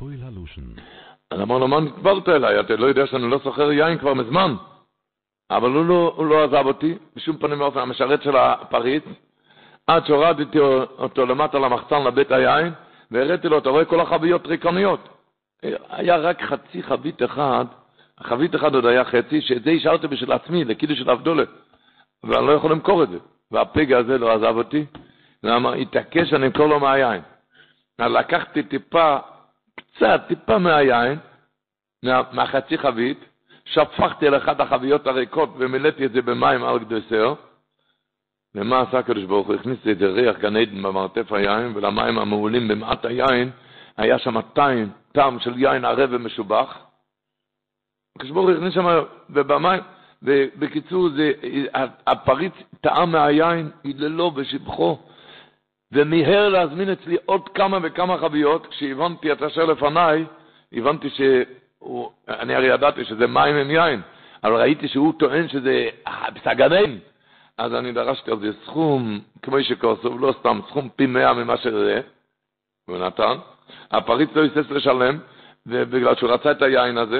אז אמר לו, מה נתברת אליי? אתה לא יודע שאני לא סוחר יין כבר מזמן. אבל הוא לא, הוא לא עזב אותי, בשום פנים ואופן, המשרת של הפריץ, עד שהורדתי אותו למטה למחסן לבית היין, והראיתי לו, אתה רואה כל החביות ריקניות. היה רק חצי חבית אחד, החבית אחד עוד היה חצי, שאת זה השארתי בשביל עצמי, לקידוש של אבדולת, ואני לא יכול למכור את זה. והפגע הזה לא עזב אותי, ואמר, התעקש אני אמכור לו מהיין. אז לקחתי טיפה, קצת, טיפה מהיין, מה, מהחצי חבית, שפכתי על אחת החביות הריקות, ומילאתי את זה במים על גדסר, ומה עשה הקדוש ברוך הוא? הכניס את זה ריח גן עדן במרתף היין, ולמים המעולים במעט היין, היה שם טעם, טעם של יין ערב ומשובח. הקדוש ברוך הוא הכניס שם, ובמים, ובקיצור, זה, הפריץ טעם מהיין, היללו בשבחו, ומיהר להזמין אצלי עוד כמה וכמה חביות. כשהבנתי את אשר לפניי, הבנתי שהוא, אני הרי ידעתי שזה מים עם יין, אבל ראיתי שהוא טוען שזה פסגנן. אז אני דרשתי על זה סכום, כמו שכוסוב, לא סתם, סכום פי מאה ממה שזה, הוא נתן. הפריץ לא יסס לשלם, ובגלל שהוא רצה את היין הזה,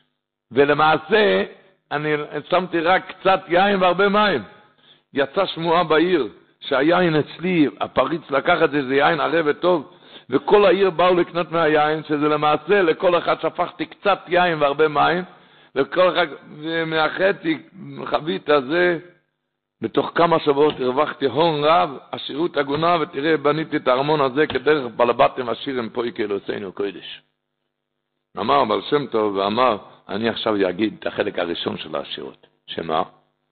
ולמעשה, אני שמתי רק קצת יין והרבה מים. יצא שמועה בעיר, שהיין אצלי, הפריץ לקח את זה, זה יין ערב וטוב, וכל העיר באו לקנות מהיין, שזה למעשה, לכל אחד שפכתי קצת יין והרבה מים, וכל אחד, ומאחדתי חבית הזה, בתוך כמה שבועות הרווחתי הון רב, עשירות הגונה, ותראה, בניתי את הארמון הזה כדרך בלבטם עשירים פה יקלוסינו קודש. אמר בעל שם טוב, ואמר, אני עכשיו אגיד את החלק הראשון של העשירות. שמה?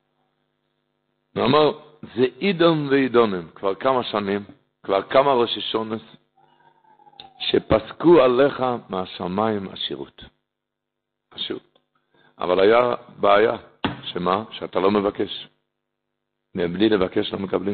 הוא אמר, זה אידון ואידונים, כבר כמה שנים, כבר כמה ראשי שונס, שפסקו עליך מהשמיים עשירות. עשירות. אבל היה בעיה, שמה? שאתה לא מבקש. מבלי לבקש לא מקבלים.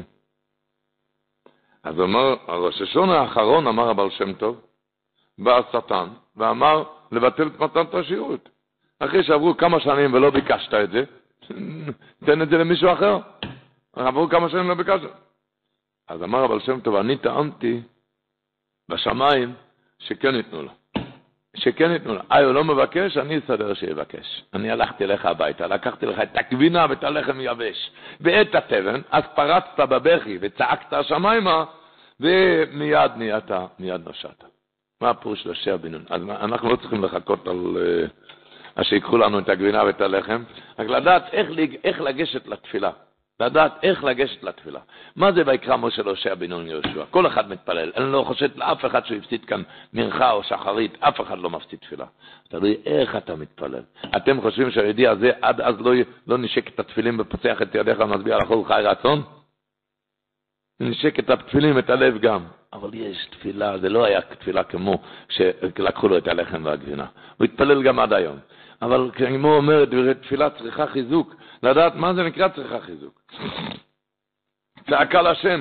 אז אמר, הראש השון האחרון, אמר הבעל שם טוב, בא השטן, ואמר לבטל את מתנת העשירות. אחרי שעברו כמה שנים ולא ביקשת את זה, תן את זה למישהו אחר. עברו כמה שנים לא ביקשת. אז אמר אבל שם טוב, אני טענתי בשמיים שכן ייתנו לו. שכן ייתנו לו. אה, הוא לא מבקש, אני אסדר שיבקש. אני הלכתי אליך הביתה, לקחתי לך את הגבינה ואת הלחם יבש, ואת התבן, אז פרצת בבכי וצעקת השמיימה, ומיד נהיית, מיד נשעת. מה הפירוש לשיה בינון? אז אנחנו לא צריכים לחכות על... אז שיקחו לנו את הגבינה ואת הלחם, רק לדעת איך, איך לגשת לתפילה. לדעת איך לגשת לתפילה. מה זה ויקרא משה להושע בן נון יהושע? כל אחד מתפלל. אני לא חושב לאף אחד שהוא יפסיד כאן מנחה או שחרית, אף אחד לא מפסיד תפילה. תלוי איך אתה מתפלל. אתם חושבים שהידיע הזה עד אז לא, לא נשק את התפילים ופוצח את ידיך ומצביע לכל חי רצון? נשק את התפילים, את הלב גם. אבל יש תפילה, זה לא היה תפילה כמו שלקחו לו את הלחם והגבינה. הוא התפלל גם עד היום. אבל כמו אומרת, תפילה צריכה חיזוק. לדעת מה זה נקרא צריכה חיזוק. צעקה לשם.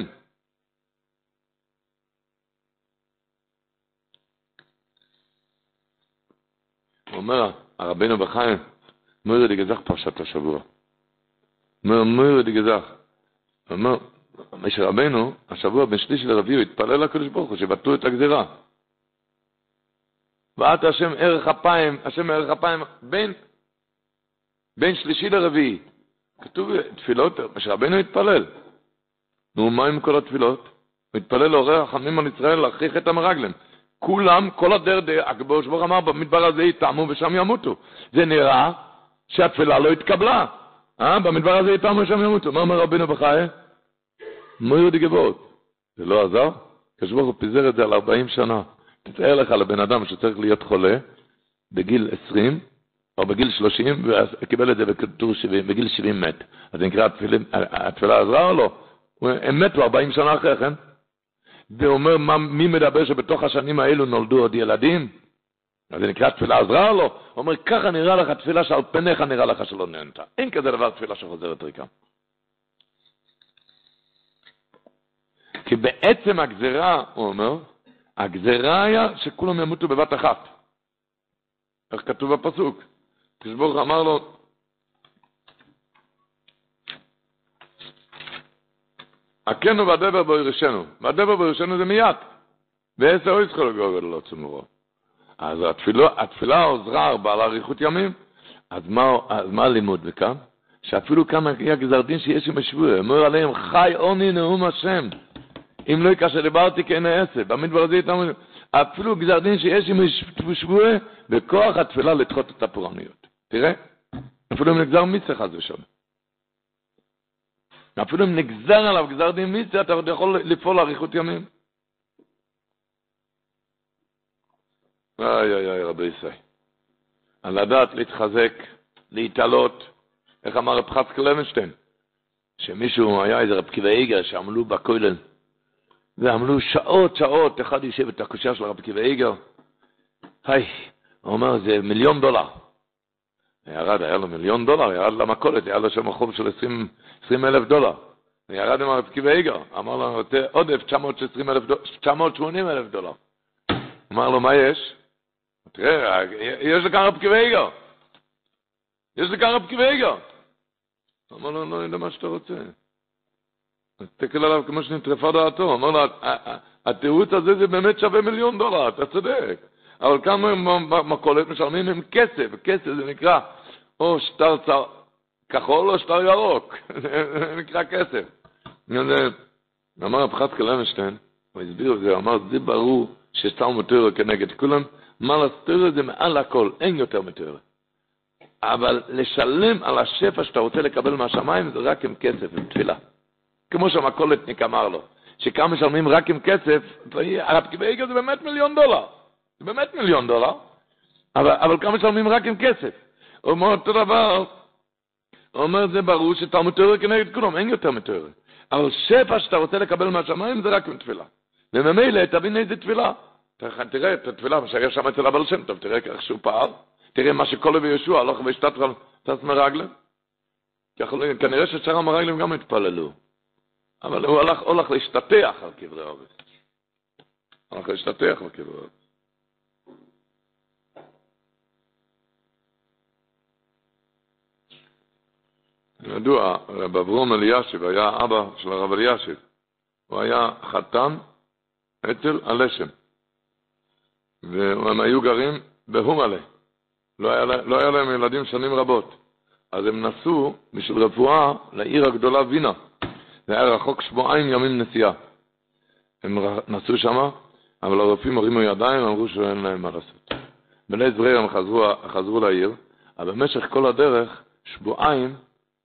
הוא אומר, הרבינו בחיים, מוירי די גזח פרשת השבוע. מוירי די גזח. הוא אומר, משה רבינו, השבוע בין שלישי לרביעי, התפלל לקדוש ברוך הוא, שבטלו את הגזירה. ואת השם ערך אפיים, השם ערך אפיים, בין, בין שלישי לרביעי. כתוב תפילות, משה רבינו התפלל. נו, מה עם כל התפילות? הוא התפלל לעורר רחמים על ישראל, להכריח את המרגלים. כולם, כל הדרדר, הקדוש ברוך הוא אמר, במדבר הזה יטעמו ושם ימותו. זה נראה שהתפילה לא התקבלה. אה? במדבר הזה יטעמו ושם ימותו. מה אומר רבינו בחיי? מויר די גבעות. זה לא עזר? הקדוש ברוך הוא פיזר את זה על ארבעים שנה. תתאר לך לבן אדם שצריך להיות חולה בגיל עשרים, או בגיל שלושים, וקיבל את זה בכתוב שבעים, בגיל שבעים מת. אז נקרא התפילה עזרה או לא? הם מתו ארבעים שנה אחרי כן. ואומר מה, מי מדבר שבתוך השנים האלו נולדו עוד ילדים? אז זה נקרא תפילה עזרה או לא? הוא אומר, ככה נראה לך תפילה שעל פניך נראה לך שלא נהנת. אין כזה דבר תפילה שחוזרת ריקה. כי בעצם הגזרה, הוא אומר, הגזרה היה שכולם ימותו בבת אחת. איך כתוב בפסוק? כשברוך אמר לו, הכנו והדבר בו ירשנו. והדבר בו ירשנו זה מיד. ועשר לא יצחו לגוגל לא צמורו. אז התפילה, התפילה עוזרה הרבה על אריכות ימים. אז מה, אז מה הלימוד בכאן? שאפילו כאן היה גזר דין שיש עם השבוע. אמר עליהם, חי עוני נאום השם. אם לא יקשה דיברתי כאין העשר. במדבר הזה איתם, אפילו גזר דין שיש עם השבוע, בכוח התפילה לדחות את הפורעניות. תראה, אפילו אם נגזר מצח הזה שם. אפילו אם נגזר עליו גזר דין מצח, אתה יכול לפעול לאריכות ימים. איי איי איי רבי ישראל. על הדעת להתחזק, להתעלות, איך אמר רב חץ קלמנשטיין, שמישהו היה איזה רב קיבי איגר שעמלו בכולל, ועמלו שעות שעות, אחד יושב את הקושה של רב קיבי איגר, היי, הוא אומר זה מיליון דולר, ירד, היה לו מיליון דולר, ירד למקולת, היה לו שם חוב של עשרים אלף דולר, וירד עם רב קיבי איגר, אמר לו, עודף תשע מאות ושמונים אלף דולר, אמר לו, מה יש? תראה, יש לכאן רב קיבי איגר, יש לכאן רב קיבי איגר. אמר לו, לא יודע מה שאתה רוצה. תסתכל עליו כמו שנטרפה דעתו. אמר לו, התירוץ הזה זה באמת שווה מיליון דולר, אתה צודק. אבל כמה מכולת משלמים עם כסף, כסף זה נקרא או שטר כחול או שטר ירוק, זה נקרא כסף. אמר רב חץ קלמנשטיין, הוא הסביר את זה, הוא אמר, זה ברור שסתם מותר כנגד כולם, מה לסתר זה מעל הכל, אין יותר מתר. אבל לשלם על השפע שאתה רוצה לקבל מהשמיים זה רק עם כסף, עם תפילה. כמו שהמקולתניק אמר לו, שכמה משלמים רק עם כסף, הרב קיבי איגר זה באמת מיליון דולר. זה באמת מיליון דולר, אבל, אבל כמה משלמים רק עם כסף. הוא אומר אותו דבר, הוא אומר זה ברור שתלמוד תורה כנגד כולם, אין יותר מתורה. אבל שפע שאתה רוצה לקבל מהשמיים זה רק עם תפילה. וממילא תבין איזה תפילה. תראה את התפילה שהיה שם אצל הבעל שם טוב, תראה איך שהוא פעל. תראה מה שכל וישוע הלוך והשתתרל תס מרגלים. כנראה ששאר המרגלים גם התפללו. אבל הוא הלך, הולך להשתתח על קברי הארץ. הולך להשתתח על קברי הארץ. ידוע, רב אברום אלישיב היה אבא של הרב אלישיב. הוא היה חתן אצל הלשם. והם היו גרים בהומלה. לא היה, לא היה להם ילדים שנים רבות. אז הם נסעו בשביל רפואה לעיר הגדולה וינה. זה היה רחוק שבועיים ימים נסיעה. הם נסעו שם, אבל הרופאים הרימו ידיים ואמרו שאין להם מה לעשות. בני זבריר הם חזרו, חזרו לעיר, אבל במשך כל הדרך, שבועיים,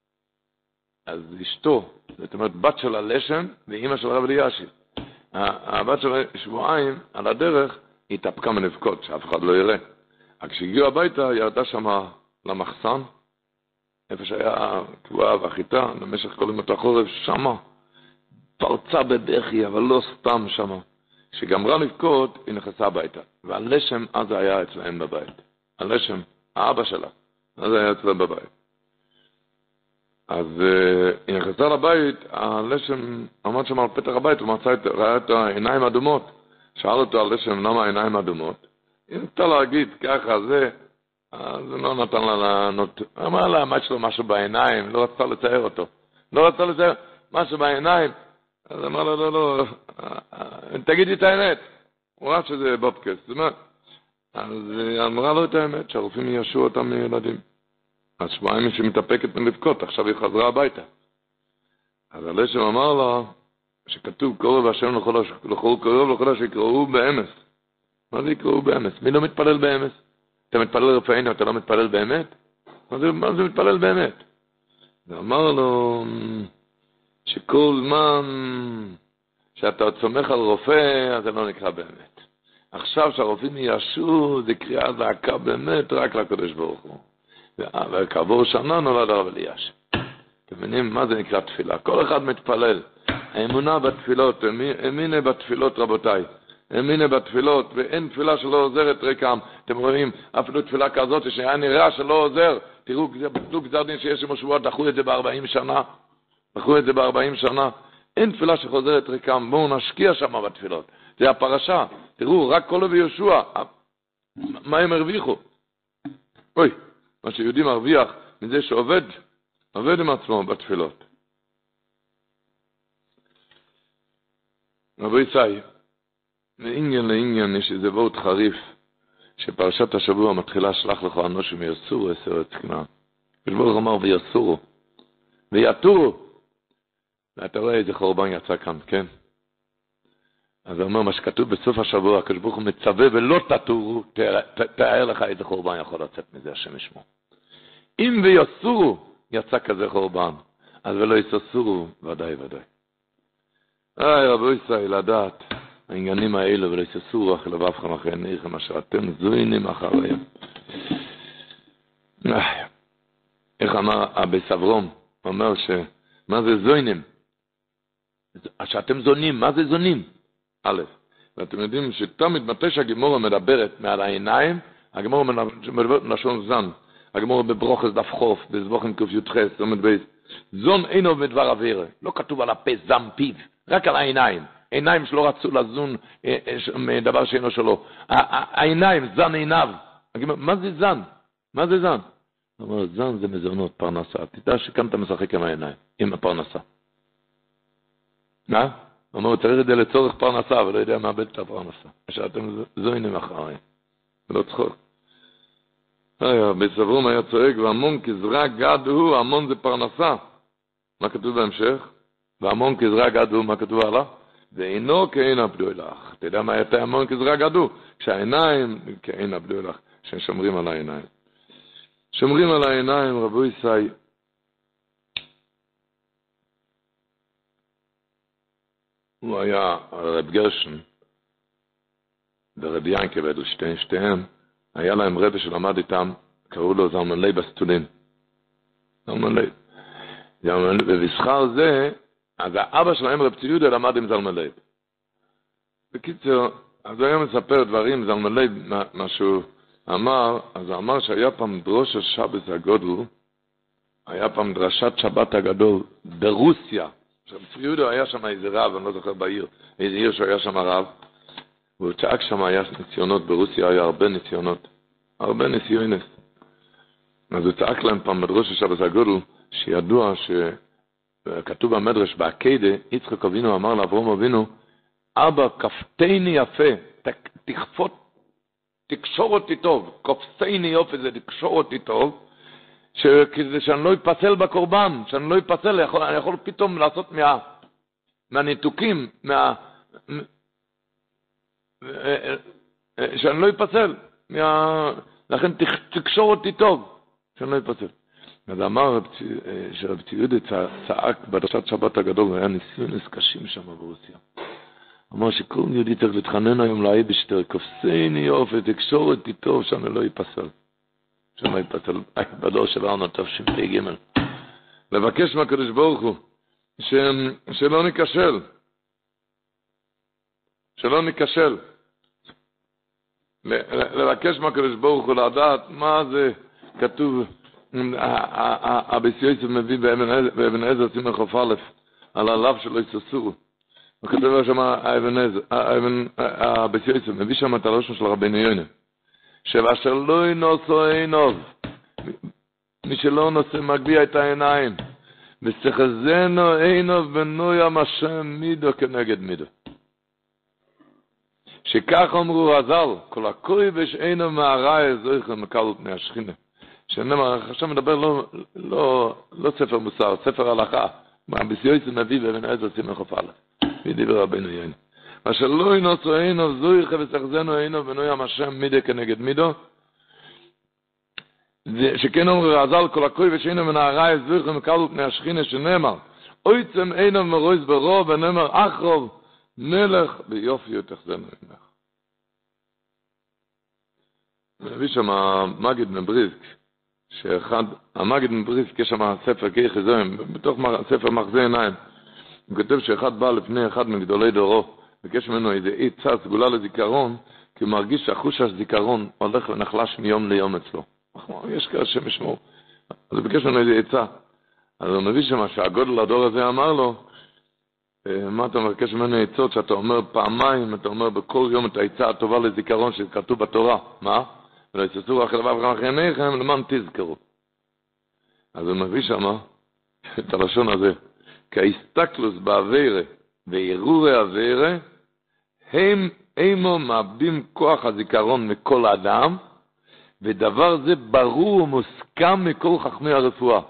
אז אשתו, זאת אומרת, בת של הלשם ואימא של הרב אלישיב. הבת של שבועיים, על הדרך, היא התאפקה מנבכות, שאף אחד לא יראה. רק כשהגיעו הביתה, ירדה שם למחסן, איפה שהיה קבועה והחיטה, במשך כל ימות החורף, שמה, פרצה בבכי, אבל לא סתם שמה. כשגמרה לבכות, היא נכנסה הביתה. והלשם אז היה אצלהם בבית. הלשם, האבא שלה, אז היה אצלהם בבית. אז uh, היא נכנסה לבית, הלשם עמד שם על פתח הבית, הוא מצא את, ראה את העיניים אדומות. שאל אותו הלשם למה העיניים אדומות. היא נתתה להגיד ככה, זה, אז הוא לא נתן לה לענות. אמר לה, מה שלו משהו בעיניים, לא רצה לצייר אותו. לא רצה לצייר משהו בעיניים. אז אמר לה, לא, לא, תגידי את האמת. הוא ראה שזה בובקס. אז היא אמרה לו את האמת, שהרופאים יישו אותם מילדים. אז שבועיים היא שמתאפקת מלבכות, עכשיו היא חזרה הביתה. אז הלשם אמר לה, שכתוב קורב השם לכל קורב לכל שיקראו באמס. מה זה יקראו באמס? מי לא מתפלל באמס? אתה מתפלל רפאינו, אתה לא מתפלל באמת? מה זה, מה זה מתפלל באמת? ואמר לו, שכל זמן שאתה סומך על רופא, אז זה לא נקרא באמת. עכשיו שהרופאים יישו, זה קריאה זעקה באמת רק לקדוש ברוך הוא. וכעבור שנה נולד הרב אלישיב. אתם מבינים מה זה נקרא תפילה? כל אחד מתפלל. האמונה בתפילות, האמינה בתפילות רבותיי. האמינה בתפילות, ואין תפילה שלא עוזרת ריקם. אתם רואים, אפילו תפילה כזאת שהיה נראה שלא עוזר. תראו, בטלו גזר דין שיש עם השבועות, דחו את זה בארבעים שנה. דחו את זה בארבעים שנה. אין תפילה שחוזרת ריקם. בואו נשקיע שם בתפילות. זה הפרשה. תראו, רק כל ויהושע. מה הם הרוויחו? אוי, מה שיהודי מרוויח מזה שעובד, עובד עם עצמו בתפילות. רבי ישראל, לעניין לעניין יש איזה וורט חריף, שפרשת השבוע מתחילה שלח לך אנוש ויסורו עשר את כנען. ושברוך אמר ויסורו, ויתורו. ואתה רואה איזה חורבן יצא כאן, כן? אז הוא אומר מה שכתוב בסוף השבוע, הקדוש ברוך הוא מצווה ולא תתורו, תאר לך איזה חורבן יכול לצאת מזה, השם ישמור. אם ויסורו יצא כזה חורבן, אז ולא יססורו, ודאי ודאי. איי רבו ישראל, לדעת, העניינים האלה ולא יססורו, אחרי לבבכם אחרי עיניכם, אשר אתם זוינים אחריהם. איך אמר אבי סברום, הוא אומר ש... מה זה זוינים? שאתם זונים, מה זה זונים? א', ואתם יודעים שתמיד מתי שהגמורה מדברת מעל העיניים, הגמורה מדברת לשון זן, הגמורה בברוכס דף חוף, בזבוכן קוף י"ח, זאת אומרת בייס, זון אינו בדבר אווירה, לא כתוב על הפה זם פיו, רק על העיניים, עיניים שלא רצו לזון מדבר שאינו שלו, העיניים, זן עיניו, מה זה זן? מה זה זן? הוא אומר, זן זה מזונות, פרנסה, תדע שכאן אתה משחק עם העיניים, עם הפרנסה. מה? הוא אומר, צריך את זה לצורך פרנסה, ולא יודע מאבד את הפרנסה. שאתם זוינים אחריהם. ולא צחוק. בסברום היה צועק, והמון כזרע גד הוא, המון זה פרנסה. מה כתוב בהמשך? והמון כזרע גד הוא, מה כתוב עליו? ואינו כאין עבדו אלך. אתה יודע מה הייתה המון כזרע גד הוא? כשהעיניים כאין עבדו אלך, ששומרים על העיניים. שומרים על העיניים, רבו ישראל. הוא היה רב גרשן ורב ינקה ואדלשטיין, שתיהם, היה להם רבי שלמד איתם, קראו לו זלמן לייב הסטודין. זלמן לייב. ובשכר זה, אז האבא שלהם רב ציודה למד עם זלמן לייב. בקיצור, אז הוא היה מספר דברים, זלמן לייב, מה שהוא אמר, אז הוא אמר שהיה פעם דרוש השבת הגדול, היה פעם דרשת שבת הגדול ברוסיה, רב יהודה היה שם איזה רב, אני לא זוכר בעיר, איזה עיר שהיה שם רב, והוא צעק שם, היה ניסיונות, ברוסיה היה הרבה ניסיונות, הרבה ניסיונות. אז הוא צעק להם פעם בדרוש השבת הגדול, שידוע שכתוב במדרש בעקדה, יצחק אבינו אמר לאברהם אבינו, אבא, כפתני יפה, תכפות, תקשור אותי טוב, כפתני יופי זה תקשור אותי טוב, שכדי שאני לא אפסל בקורבן, שאני לא אפסל, יכול, אני יכול פתאום לעשות מה, מהניתוקים, מה, שאני לא אפסל, מה, לכן תקשור אותי טוב, שאני לא אפסל. אז אמר שרב ציודה צעק בדרשת שבת הגדול, היה ניסיונס קשים שם ברוסיה. אמר שכל יהודי צריך להתחנן היום לאייבשטר, כפסני יופי, תקשור אותי טוב, שאני לא אפסל. שאני לא אפסל, בדור שלנו תשפ"ג. לבקש מהקדוש ברוך הוא, ש... שלא ניקשל. שלא ניקשל. לבקש מהקדוש ברוך הוא לדעת מה זה כתוב, הבסיועס מביא באבן עזר סימן חוף א' על הלב שלו יססורו. הוא כתוב שם הבסיועס מביא שם את הלושן של רבינו יונה. שאשר לא ינוסו עינוב, מי שלא נושא מגביע את העיניים, וסחזנו עינוב בנוי המשם מידו כנגד מידו. שכך אמרו הזל, כל הכוי ושאינו מהרעי זויכה מקל פני השכינה. שנאמר, עכשיו מדבר לא, לא, לא ספר מוסר, ספר הלכה. בסיועס מביא באבן עזר סימן חוף א', בדברי רבינו יונה. מה שלא ינוסו עינוב זויכה וסחזנו עינוב בנוי המשם מידו כנגד מידו. שכן אומרים הזל, כל הכוי ושאינו מהרעי זויכה מקל פני השכינה, שנאמר, אויצם עינוב מרויז ברוב, ונאמר אחרוב, נלך ביופי ותחזנו עמך. מביא שם המגיד מבריסק, שאחד, המגיד מבריסק יש שם ספר כיח זוהם, בתוך ספר מחזה עיניים. הוא כותב שאחד בא לפני אחד מגדולי דורו, בקש ממנו איזה עצה, סגולה לזיכרון, כי הוא מרגיש שהחוש הזיכרון הולך ונחלש מיום ליום אצלו. יש כאלה שמשמעו. אז הוא בקש ממנו איזה עצה. אז הוא מביא שם שהגודל הדור הזה אמר לו, מה אתה מבקש ממנו עצות שאתה אומר פעמיים, אתה אומר בכל יום את העצה הטובה לזיכרון שכתוב בתורה. מה? ולא יססו אחרי לבב אחרי עיניכם למען תזכרו. אז הוא מביא שם את הלשון הזה, כי ההסתכלוס בעבירה ועירורי עבירה, הם אימו מאבדים כוח הזיכרון מכל אדם, ודבר זה ברור ומוסכם מכל חכמי הרפואה.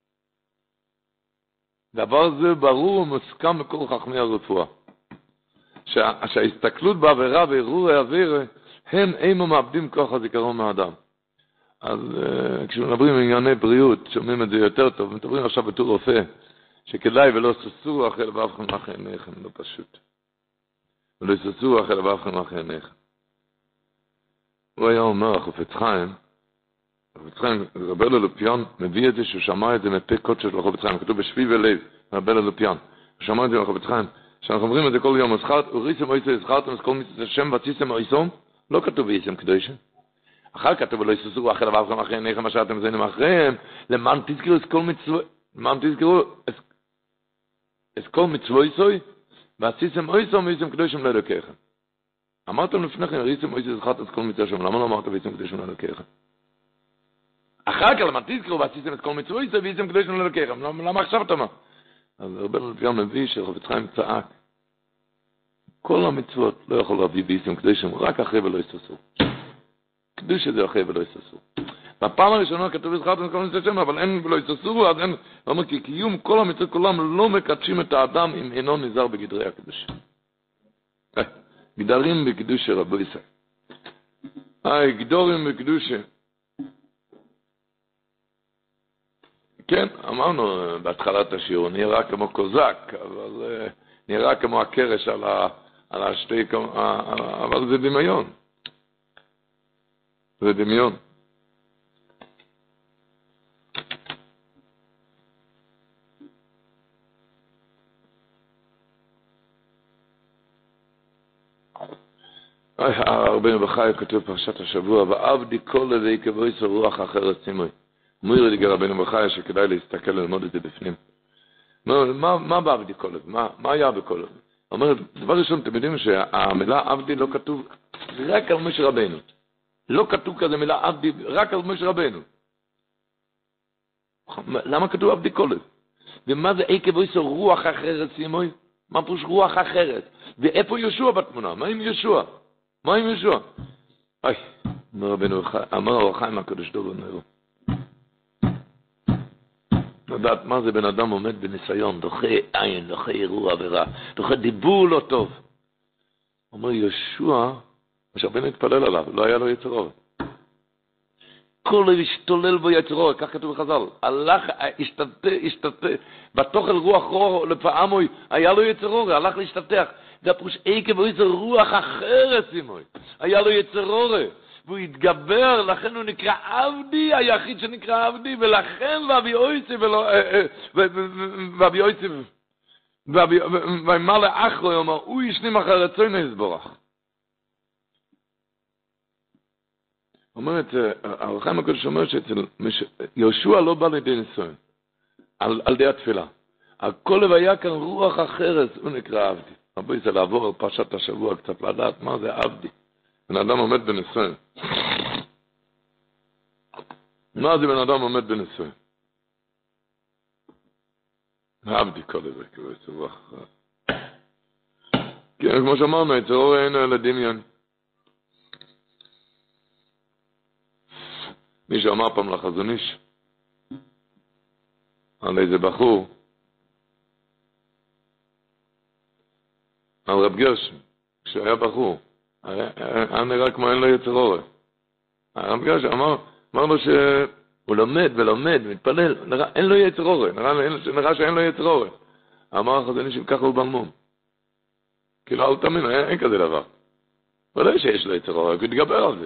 דבר זה ברור ומוסכם מכל חכמי הרפואה. שה, שההסתכלות בעבירה ועירורי עבירה, הם אימו מאבדים כוח הזיכרון מהאדם. אז uh, כשמדברים עם ענייני בריאות, שומעים את זה יותר טוב, מדברים עכשיו בתור רופא, שכדאי ולא ססו אחרי לבבכם אחרי עיניכם, לא פשוט. ולא ססו אחרי לבבכם אחרי עיניכם. הוא היה אומר, החפץ חיים, החפץ חיים, רבי ללופיאן, מביא את זה שהוא שמע את זה מפי קודש של החפץ חיים, כתוב בשבי ולב, רבי ללופיאן. הוא שמע את זה לחפץ חיים, שאנחנו אומרים את זה כל יום, וריסם אויסו הזכרתם, אז כל מיסו שם וציסם אויסום, לא כתוב באיסם קדושה. אחר כתוב ולא יססו אחרי לבבכם אחרי עיניכם, מה שאתם זינים אחריהם, למען תזכרו את כל מצוות, למען תזכרו את כל מצוות יסוי, ועשיתם אויסום ואיסם קדושים לא אלוקיכם. אמרתם לפניכם, ריסם אויסו הזכרתם את כל מצוות שם, למה לא אמרתם ואיסם קדושים לא אלוקיכם? אחר כך למען תזכרו ועשיתם את כל מצוות יסוי ואיסם קדושים לא אלוקיכם, למה עכשיו אתה מה? אז רבי ללפיאן מביא שחפץ חיים צעק, כל המצוות לא יכול להביא באיסם קדושים, רק אחרי ולא יססו. קדוש זה אחרי ולא יססו. בפעם הראשונה כתוב הזכרתם את כל מצוות שם, אבל אין ולא יססו, אז אין, אומר כי קיום כל המצוות כולם לא מקדשים את האדם אם אינו נזהר בגדרי הקדוש. גדרים בקדוש רבו ישראל. היי, גדורים בקדוש. כן, אמרנו בהתחלת השיעור, נראה כמו קוזק, אבל נראה כמו הקרש על, ה, על השתי, אבל זה דמיון. זה דמיון. הרבנו בחיי כתוב פרשת השבוע, ועבדי כל לבי כבויס רוח אחרת סימוי. מויר לי רבנו בחיי שכדאי להסתכל ללמוד את זה בפנים. מה, מה בעבדי כל לבי? מה, מה היה בכל לבי? אומר, דבר ראשון, אתם יודעים שהמילה עבדי לא כתוב רק על משה רבנו. לא כתוב כזה מילה עבדי רק על משה רבנו. למה כתוב עבדי כל לב? ומה זה עקב איסו רוח אחרת, סימוי? מה פרוש רוח אחרת? ואיפה ישוע בתמונה? מה עם ישוע? מה עם ישוע? אוי, אמר רבנו, אמר אור החיים הקדוש דובו נאו. לדעת מה זה בן אדם עומד בניסיון, דוחה עין, דוחה אירוע ורע, דוחה דיבור לא טוב. אומר ישוע, מה שהרבנו התפלל עליו, לא היה לו יצר אור. כל השתולל בו יצר אור, כך כתוב בחז"ל. הלך, השתתה, השתתה, בתוך אל רוח רוח לפעמוי, היה לו יצר אור, הלך להשתתח. זה הפרוש עקב איזו רוח אחרת, סימוי. היה לו יצר אור. והוא התגבר, לכן הוא נקרא עבדי, היחיד שנקרא עבדי, ולכן ואבי אויצי ולא, ואבי אויצי, ואימה לאחרוי, הוא אומר, הוא ישנים אחר רצוי נסבורך. אומרת, הרחיים הקודש אומר שאצל יהושע לא בא לידי ניסיון, על, על די התפילה. הכל היה כאן רוח אחרת, הוא נקרא עבדי. רבוי זה לעבור על פרשת השבוע, קצת לדעת מה זה עבדי. בן אדם עומד בניסיון. מה זה בן אדם עומד בניסיון? עבדי כל זה, כאילו, זה רוח. כן, כמו שאמרנו, יצר אור אין אלא דמיון. מישהו אמר פעם לחזון איש, על איזה בחור, על רב גרשם, כשהיה בחור, היה נראה כמו אין לו יצר אור. הרב גרשם אמר, אמר לו שהוא לומד ולומד, מתפלל, נראה, אין לו יצר אור, נראה, נראה שאין לו יצר אור. אמר החזון איש, ככה הוא בלמום. כאילו, אל תאמין, אין, אין כזה דבר. ודאי שיש לו יצר אור, הוא יתגבר על זה.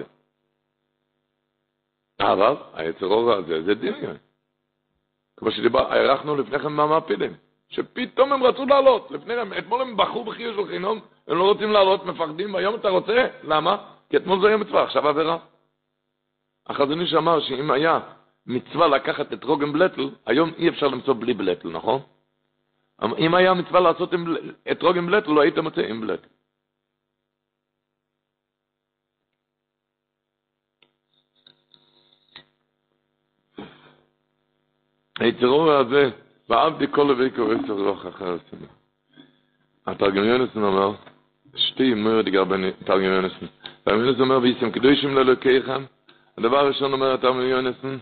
אבל היצר אור הזה זה דמיון. כמו שדיבר, הערכנו לפניכם מהמעפילים, שפתאום הם רצו לעלות, לפניכם, אתמול הם בחרו בחיוב של חינום, הם לא רוצים לעלות, מפחדים, והיום אתה רוצה, למה? כי אתמול זה היה מצווה, עכשיו עבירה. החזון איש אמר שאם היה מצווה לקחת את רוגם בלטל, היום אי אפשר למצוא בלי בלטל, נכון? אם היה מצווה לעשות את רוגם בלטל, לא היית מוצא עם בלטל. היצר אור הזה, ועבדי כל לבי קורא רוח אחרת. התרגם יונסון אומר, שתי מויר דיגר בין תרגם יונסון. תרגם יונסון אומר, וישם קדושים לאלוקיכם. הדבר הראשון אומר התרגם יונסון,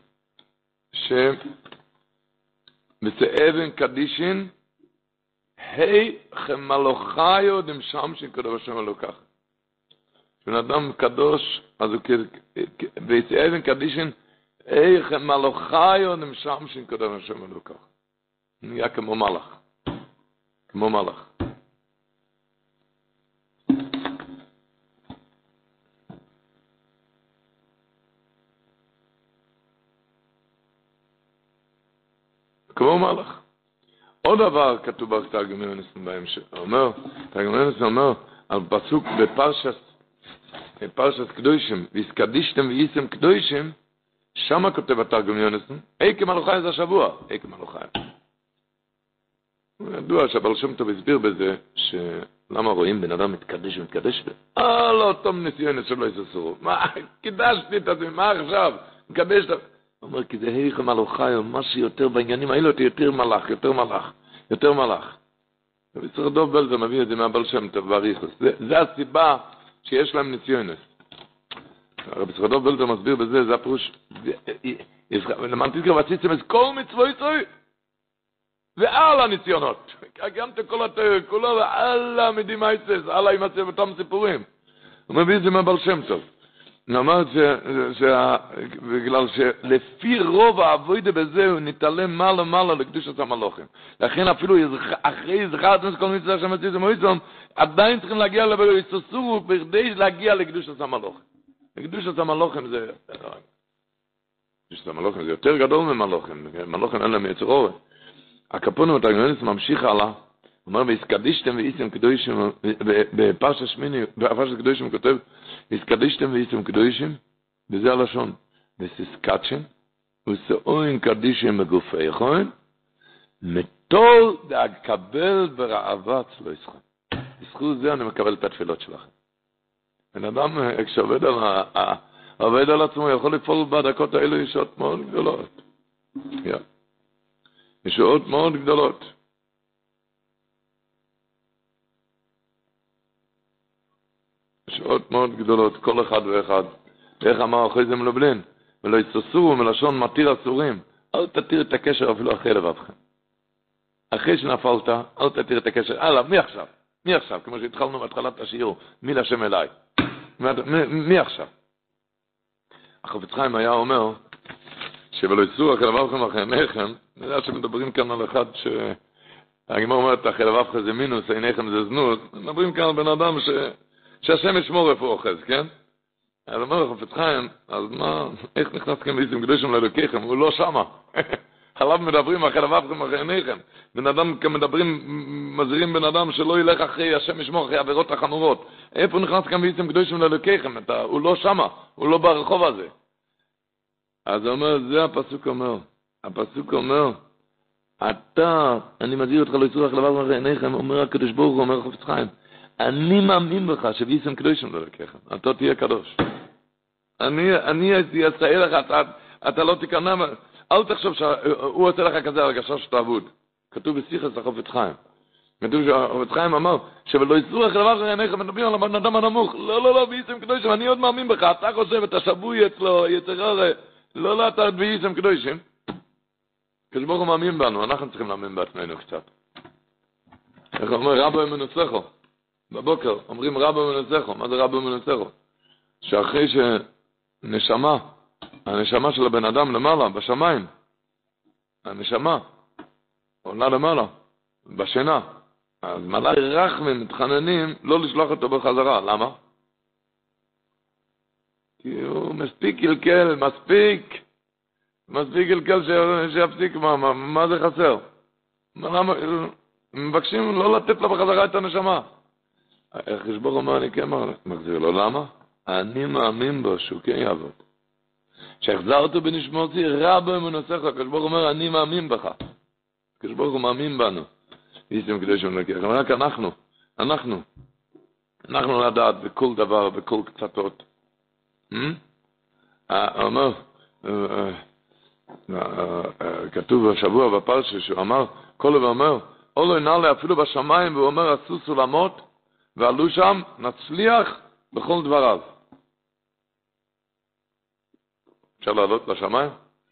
שבצאבן קדישין, היי חמלוחיו דמשם שקדוש השם אלוקך. בן אדם קדוש, אז הוא בצאבן קדישין, איך מלוחיו נמשם שנקודם השם אלוקך. נהיה כמו מלאך. כמו מלאך. כמו מלאך. עוד דבר כתוב בתרגם יונסון בהמשך. אומר, תרגם יונסון אומר, על פסוק בפרשת, בפרשת קדושים, ויסקדישתם וייסם קדושים, שמה כותב התרגם יונסון, איקם מלוכי זה השבוע, איקם מלוכי. ידוע שהבעל שם טוב הסביר בזה, שלמה רואים בן אדם מתקדש ומתקדש, אה, לא, תום ניסיון שלא יססורו. מה, קידשתי את זה, מה עכשיו? מקדש את זה. הוא אומר, כי זה איקם מלוכי, מה שיותר בעניינים האלו, יותר מלאך, יותר מלאך, יותר מלאך. וצריך דוב בלזר מביא את זה מהבעל שם טוב, בעריכוס. זה הסיבה שיש להם ניסיונס. הרב סרדוב בלזר מסביר בזה, זה הפירוש, למען תזכר ועשיתם את כל מצווי צוי, ועל הניסיונות, גם כל התאר, כולו ועל המדימייצס, על הימצא ואותם סיפורים. הוא מביא את זה מהבעל שם טוב. הוא אמר בגלל שלפי רוב העבודה בזה, הוא נתעלם מעלה מעלה לקדושת המלוכים. לכן אפילו אחרי זכרתם כל מצווה שמצאתם מועצם, עדיין צריכים להגיע לבריסוסורו, בכדי להגיע לקדושת המלוכים. קדושת המלוכים זה קדושת המלוכים זה יותר גדול ממלוכים, מלוכים אין להם יצר אור. הקפונים התרגם ממשיך הלאה, הוא אומר, והסקדישתם ואיסם קדושים, בפרשת שמיני, בפרשת קדושים הוא כותב, והסקדישתם ואיסם קדושים, וזה הלשון, וסיסקדשם, וסאוין קדישים בגופי יכולים, מתול דאקבל ברעבת לא ישכם. בזכות זה אני מקבל את התפילות שלכם. בן אדם, כשעובד על, עובד על עצמו, יכול לפעול בדקות האלו ישות מאוד גדולות. ישועות מאוד גדולות. ישועות מאוד גדולות, כל אחד ואחד. איך אמר אחרי זה מלובלין? ולא יצוסו מלשון מתיר אסורים. אל תתיר את הקשר אפילו אחרי לבבכם. אחרי שנפלת, אל תתיר את הקשר. הלאה, מי עכשיו? מי עכשיו? כמו שהתחלנו בהתחלת השיעור. מי לשם אליי? מי, מי עכשיו? החפץ חיים היה אומר, שבלא יצאו אחרי לבבכם אחרי עיניכם, נראה שמדברים כאן על אחד ש... הגמרא אומרת, אחרי לבבכם זה מינוס, עיניכם זה זנות. מדברים כאן על בן אדם ש... שהשם ישמור איפה הוא אוחז, כן? אז אומר החפץ חיים, אז מה, איך נכנסתם בעצם קדושים לאלוקיכם? הוא לא שמה. עליו מדברים אחרי לבבכם אחרי עיניכם. בן אדם כמדברים, מזהירים בן אדם שלא ילך אחרי השם ישמור, אחרי עבירות החמורות. איפה נכנס כאן בעצם קדושים לאלוקיכם? הוא לא שמה, הוא לא ברחוב הזה. אז הוא אומר, זה הפסוק אומר. הפסוק אומר, אתה, אני מזהיר אותך לא יצאו אחרי לבבכם אחרי עיניכם, אומר הקדוש ברוך הוא, אומר החפץ חיים, אני מאמין בך שבישם קדושים לאלוקיכם. אתה תהיה קדוש. אני, אני אסייע לך, אתה, אתה לא תיכנע, אל תחשוב שהוא עושה לך כזה הרגשה שאתה עבוד. כתוב בשיחס החפץ חיים. כתוב שהחפץ חיים אמר, שלא יצאו אחרי לבבכם אחרי עיניכם, מדברים על הבן אדם הנמוך. לא, לא, לא, בישם קדושים, אני עוד מאמין בך. אתה חושב, אתה שבוי אצלו, יצר הרע. לא, לא, אתה בישם קדושים. הקדוש ברוך הוא מאמין בנו, אנחנו צריכים להאמין בעצמנו קצת. איך אומר, רבו מנצחו. בבוקר אומרים רבו מנצחו. מה זה רבו מנצחו? שאחרי שנשמה, הנשמה של הבן אדם למעלה, בשמיים, הנשמה עולה למעלה, בשינה, אז מלאך רחמים מתחננים לא לשלוח אותו בחזרה. למה? כי הוא מספיק קלקל, מספיק, מספיק קלקל שיפסיק, מה, מה, מה זה חסר? למה? מבקשים לא לתת לו בחזרה את הנשמה. החשבור אומר, אני כן מחזיר לו, למה? אני מאמין בו שהוא כן יעבוד. שהחזר אותו בנשמתי, רבו מנצחו. החשבור אומר, אני מאמין בך. החשבור הוא מאמין בנו. וישם קדושים לאלוקיכם. רק אנחנו, אנחנו, אנחנו לדעת בכל דבר, בכל קצתות. אומר, כתוב בשבוע בפרשה שהוא אמר, כל הוא אומר, אולו נעלה אפילו בשמיים, והוא אומר, עשו סולמות, ועלו שם, נצליח בכל דבריו. אפשר לעלות לשמיים?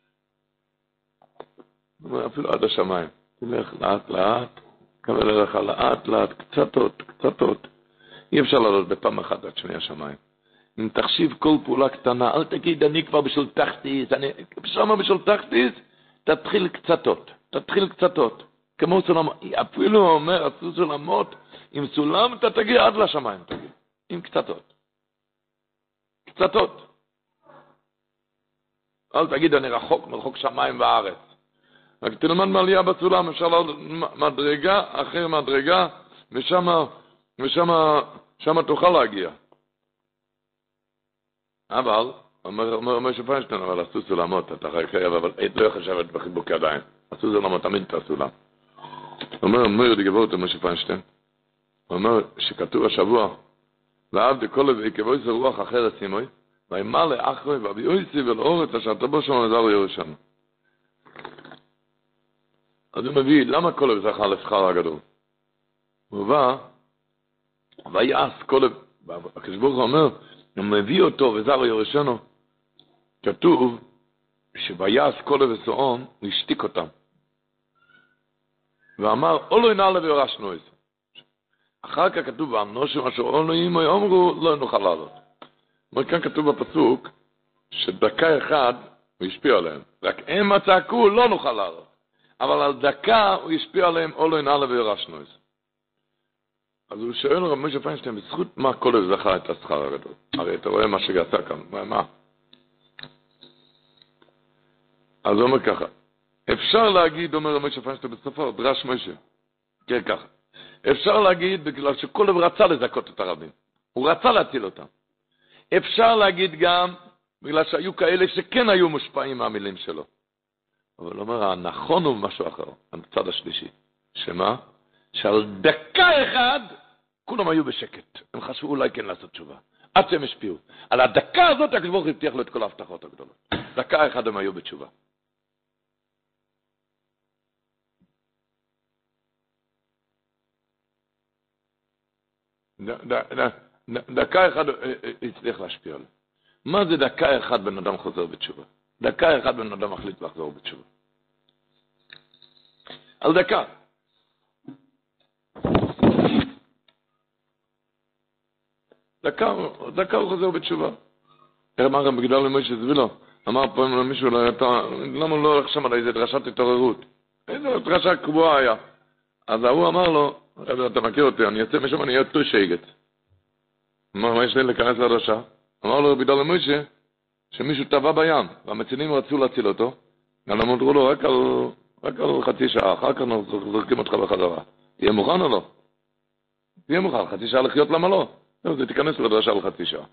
אפילו עד השמיים. תלך לאט לאט, קבל אליך לאט לאט, קצתות, קצתות. אי אפשר לעלות בפעם אחת עד שני השמיים. אם תחשיב כל פעולה קטנה, אל תגיד, אני כבר בשביל תחתיס, אני שמה בשביל תחתיס, תתחיל קצתות, תתחיל קצתות. כמו סולמות, אפילו הוא אומר, עשו סולמות, עם סולם אתה תגיע עד לשמיים, תגיד, עם קצתות. קצתות. אל תגיד, אני רחוק, מרחוק שמיים וארץ. רק תלמד מעלייה בסולם, אפשר לעוד מדרגה אחרי מדרגה, ושם, ושם, שם תוכל להגיע. אבל, אומר, אומר, אומר שפיינשטיין, אבל עשו סולמות, אתה חייב, אבל לא יכול לשבת בחיבוק ידיים. עשו סולמות, תמיד את הסולם. אומר, אומר, דגבות, אומר שפיינשטיין, הוא אומר שכתוב השבוע, ועבדי כל ויקבו איזה רוח אחרת סימוי, וימה לאחרוי ואביאויסי ולאורץ אשר תבוא שם וזר ירושם. אז הוא מביא, למה כל זכה לשכר הגדול? הוא בא, ויעש כל, הקשבור אומר, הוא מביא אותו וזר ירושנו, כתוב שביעש כל וסעון, הוא השתיק אותם. ואמר, אולו נעלה ויורשנו את זה. אחר כך כתוב, ואנושים אשר אולוים אמרו, לא נוכל לעלות. אומר, כאן כתוב בפסוק, שדקה אחד הוא השפיע עליהם. רק הם צעקו, לא נוכל לעלות. אבל על דקה הוא השפיע עליהם, אולו נעלה ויורשנו את זה. אז הוא שואל רב משה פיינשטיין, בזכות מה כל זכה את השכר הגדול? הרי אתה רואה מה שגעשה כאן, מה? מה? אז הוא אומר ככה, אפשר להגיד, אומר רב משה פיינשטיין בסופו, דרש משה, כן ככה, אפשר להגיד בגלל שכל רצה לזכות את הרבים, הוא רצה להציל אותם. אפשר להגיד גם בגלל שהיו כאלה שכן היו מושפעים מהמילים שלו. אבל הוא אומר, הנכון הוא משהו אחר, הצד השלישי. שמה? שעל דקה אחד, כולם היו בשקט. הם חשבו אולי כן לעשות תשובה. עד שהם השפיעו. על הדקה הזאת, הקדוש ברוך הוא הבטיח לו את כל ההבטחות הגדולות. דקה אחד הם היו בתשובה. דקה אחד הצליח להשפיע עליו. מה זה דקה אחד בן אדם חוזר בתשובה? דקה אחד בן אדם מחליט לחזור בתשובה. על דקה. דקה, דקה הוא חוזר בתשובה. אמר בגלל למשה זבילו, אמר פעם למישהו, למה הוא לא הולך שם על איזה דרשת התעוררות? איזו דרשה קבועה היה. אז הוא אמר לו, אתה מכיר אותי, אני יוצא משם, אני אהיה אותו שייגת. אמר, מה יש לי להיכנס לדרשה? אמר לו בגלל למשה, שמישהו טבע בים, והמצילים רצו להציל אותו, גם אמרו לו, רק על, רק על חצי שעה, אחר כך זורקים אותך בחזרה. תהיה מוכן או לא? תהיה מוכן, חצי שעה לחיות, למה לא? זה תיכנס לדרשה על חצי שעה.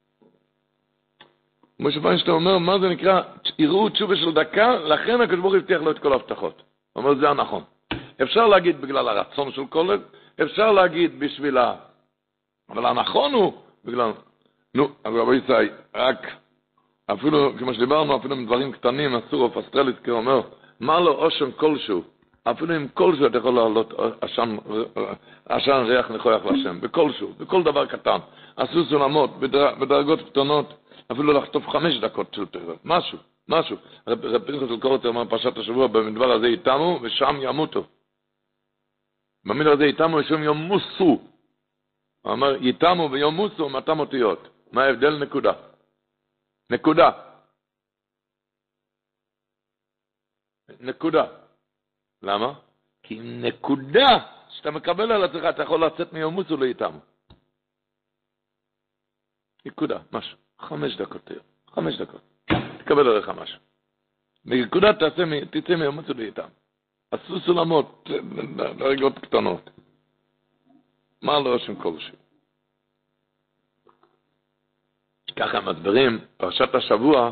משה פיינשטיין אומר, מה זה נקרא? יראו תשובה של דקה, לכן הקדוש ברוך הוא הבטיח לו את כל ההבטחות. הוא אומר, זה הנכון. אפשר להגיד בגלל הרצון של כל, אפשר להגיד בשביל ה... אבל הנכון הוא, בגלל... נו, אבל רבי ישראל, רק... אפילו, כמו שדיברנו, אפילו עם דברים קטנים, אסור אופסטרליסקי אומר, מה לו אושן כלשהו, אפילו עם כלשהו אתה יכול לעלות עשן, עשן ריח נכוח לשם, בכלשהו, בכל דבר קטן. עשו סולמות, בדר, בדרגות קטנות, אפילו לחטוף חמש דקות של תורה, משהו, משהו. רב פנחס של קורצ'אק אמר פרשת השבוע, במדבר הזה איתנו, ושם ימותו. במדבר הזה איתנו, ושם ימוסו. הוא אמר, איתנו וימוסו, מאתיים אותיות. מה ההבדל? נקודה. נקודה. נקודה. למה? כי נקודה שאתה מקבל על עצמך, אתה יכול לצאת מיומוסו לאיתנו. נקודה, משהו. חמש דקות, חמש דקות. תקבל עליך משהו. נקודה תצא מיומוסו לאיתנו. עשו סולמות, דרגות קטנות. מה לא עושים כלשהו? ככה מסברים, פרשת השבוע,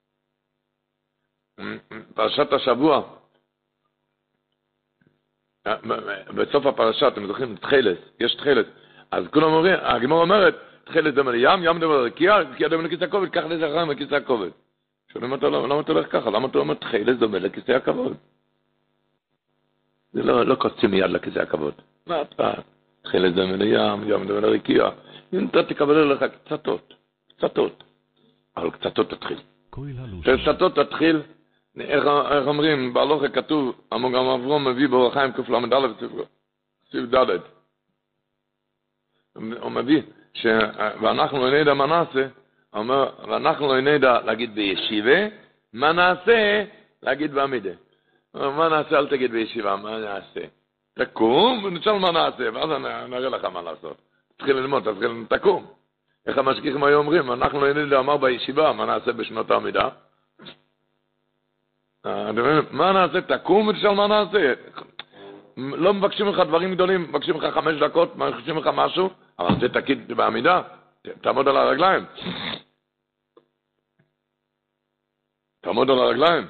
פרשת השבוע, בסוף הפרשה, אתם זוכרים, תחילת, יש תחילת, אז כולם אומרים, הגמרא אומרת, תחילת דומה לים, ים דומה לרקיע, רקיע דומה לכיסא הכובד, כך לזה אחריים לכיסא הכובד. שואלים אותה, למה אתה הולך ככה? למה אתה אומר, תחילת דומה לכיסא הכבוד? זה לא, לא קוצים מיד לכיסא הכבוד. מה אתה? תחילת דומה לים, ים דומה לרקיע. אם אתה תקבל עליך קצתות. קצתות. אבל קצתות תתחיל. קצתות תתחיל, איך, איך אומרים, בהלוכה כתוב, גם אברום מביא באור החיים כף למד א' סביב ד'. הוא מביא, ש... ואנחנו לא נדע מה נעשה, הוא אומר, ואנחנו לא נדע להגיד בישיבה, מה נעשה? להגיד בעמידה. מה נעשה? אל תגיד בישיבה, מה נעשה? תקום ונשאל מה נעשה, ואז נראה לך מה לעשות. תתחיל ללמוד, תתחיל, תקום. איך המשגיחים היו אומרים, אנחנו לא נדע אמר בישיבה, מה נעשה בשנות העמידה? מה נעשה? תקום ותשאל מה נעשה. לא מבקשים לך דברים גדולים, מבקשים לך חמש דקות, מבקשים לך משהו, אבל זה תגיד בעמידה, תעמוד על הרגליים. תעמוד על הרגליים.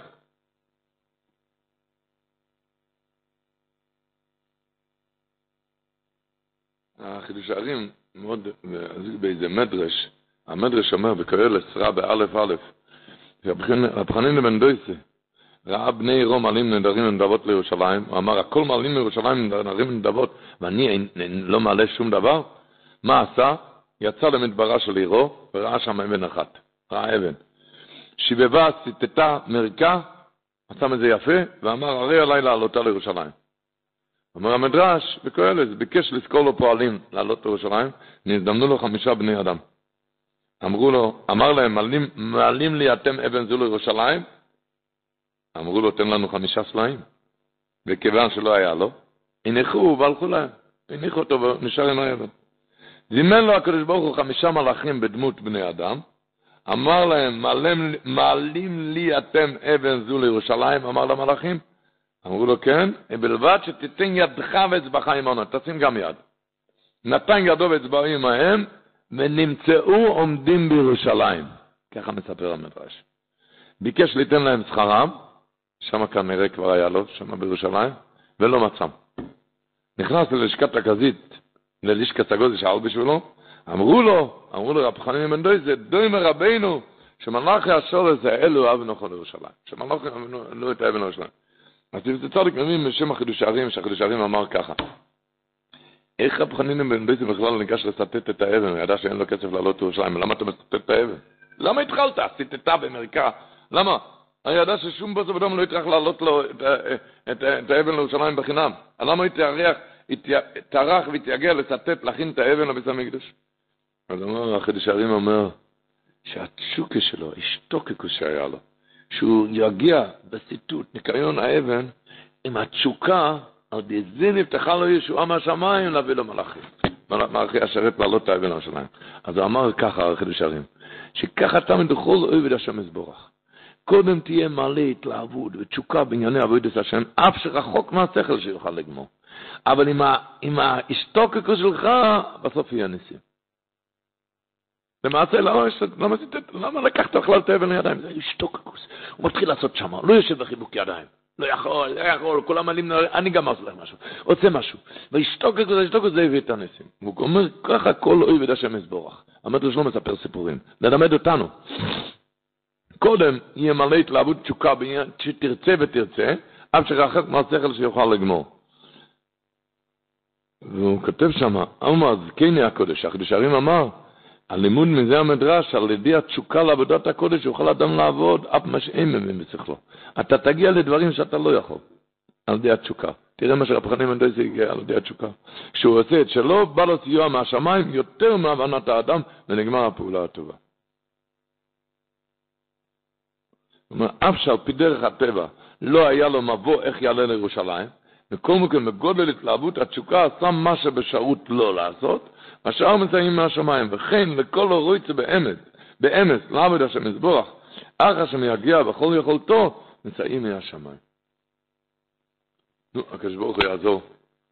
החידוש הערים, מאוד, באיזה מדרש, המדרש אומר בקהלת סרא באלף אלף, רב חנינא בן דויסה, ראה בני עירו מעלים נדרים ונדבות לירושלים, הוא אמר, הכל מעלים לירושלים נדרים ונדבות, ואני לא מעלה שום דבר. מה עשה? יצא למדברה של עירו, וראה שם אבן אחת, ראה אבן. שיבבה, סיטטה, מריקה, עשה מזה יפה, ואמר, הרי עליי לעלותה לירושלים. אומר המדרש, בקהלת, ביקש לזכור לו פועלים לעלות לירושלים, נזדמנו לו חמישה בני אדם. אמרו לו, אמר להם, מעלים, מעלים לי אתם אבן זו לירושלים? אמרו לו, תן לנו חמישה סלעים. וכיוון שלא היה לו, הניחו והלכו להם. הניחו אותו ונשאר עם האבן. זימן לו הקדוש ברוך הוא חמישה מלאכים בדמות בני אדם, אמר להם, מעלים, מעלים לי אתם אבן זו לירושלים? אמר למלאכים, אמרו לו, כן, בלבד שתיתן ידך ואצבעך עמנו, תשים גם יד. נתן ידו ואצבעו עמהם, ונמצאו עומדים בירושלים. ככה מספר המדרש. ביקש ליתן להם שכרם, שם כנראה כבר היה לו, שם בירושלים, ולא מצם. נכנס ללשכת הגזית, ללשכת הגזית שעל בשבילו, אמרו לו, אמרו לו, רב חנינא בן דויסה, דוי מרבינו, שמלאכי השורש האלו אבנו כל ירושלים. שמלאכי לא את אבנו ירושלים. אז זה צדיק מבין בשם החידוש הערים, שהחידוש הערים אמר ככה. איך רב חנינא בן ביזי בכלל ניגש לסטט את האבן, הוא ידע שאין לו כסף לעלות לירושלים, למה אתה מסטט את האבן? למה התחלת? סטטה באמריקה, למה? אני ידע ששום בסוף אדם לא יטרח לעלות לו את, את, את, את האבן לירושלים בחינם, למה יתארח, יתארח ויתייגע לסטט, להכין את האבן לבית המקדש? אז אמר, החידוש הערים אומר, שהתשוקה שלו, השתוקקות שהיה לו, שהוא יגיע בסיטוט, ניקיון האבן, עם התשוקה, על די זה נפתחה לו ישועה מהשמיים להביא לו מלאכים. מלאכי השרת לעלות את האבן שלהם. אז הוא אמר ככה, החידוש הערים, שככה תמיד בכל עובד השם יסבורך. קודם תהיה מלא התלהבות ותשוקה בענייני עבודת השם, אף שרחוק מהשכל שיוכל לגמור. אבל עם, ה, עם ההשתוקקות שלך, בסוף יהיה ניסים. למעשה, למה, למה, למה לקחת בכלל את האבן לידיים? זה השתוקקות. הוא מתחיל לעשות שם, לא יושב בחיבוק ידיים. לא יכול, לא יכול, כולם מעלים, אני גם עושה לך משהו, עושה משהו. והשתוקקות, השתוקקות זה הביא את הניסים. והוא אומר, ככה כל עובד השם יסבורך. המדרש לא מספר סיפורים. ללמד אותנו. קודם יהיה מלא התלהבות תשוקה בעניין שתרצה ותרצה, אף שרחק מהשכל שיוכל לגמור. והוא כותב שם, אמר, זקני הקודש, החידוש הערים אמר, הלימוד מזה המדרש, על ידי התשוקה לעבודת הקודש, יוכל אדם לעבוד אף מה שאין מבין בשכלו. אתה תגיע לדברים שאתה לא יכול, על ידי התשוקה. תראה מה שרב חנינא בן דויסי הגיע על ידי התשוקה. כשהוא עושה את שלו, בא לו סיוע מהשמיים יותר מהבנת האדם, ונגמר הפעולה הטובה. אומר, אף שעל פי דרך הטבע לא היה לו מבוא איך יעלה לירושלים, וכל מקום בגודל התלהבות התשוקה עשה מה שבשרות לא לעשות, השאר מסייעים מהשמיים, וכן לכל הרויצה באמץ, באמץ, לעבוד השם יסבורך, אך השם יגיע בכל יכולתו, מסייעים מהשמיים. נו, הקדוש ברוך הוא יעזור.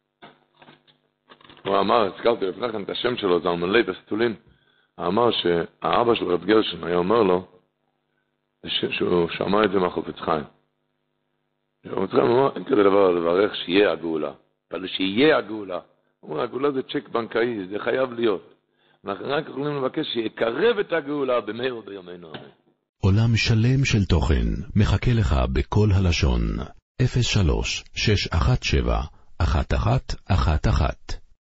הוא אמר, הזכרתי לפני כן את השם שלו, זה אלמלא בסטולין, הוא אמר שהאבא של רב גרשון היה אומר לו, שהוא שמע את זה מהחפץ חיים. החפץ חיים אמר, אין כזה דבר לברך שיהיה הגאולה, אבל שיהיה הגאולה. הוא אומר, הגאולה זה צ'ק בנקאי, זה חייב להיות. אנחנו רק יכולים לבקש שיקרב את הגאולה במהר ובימינו. עולם שלם של תוכן מחכה לך בכל הלשון. אפס שלוש שש אחת שבע אחת אחת אחת אחת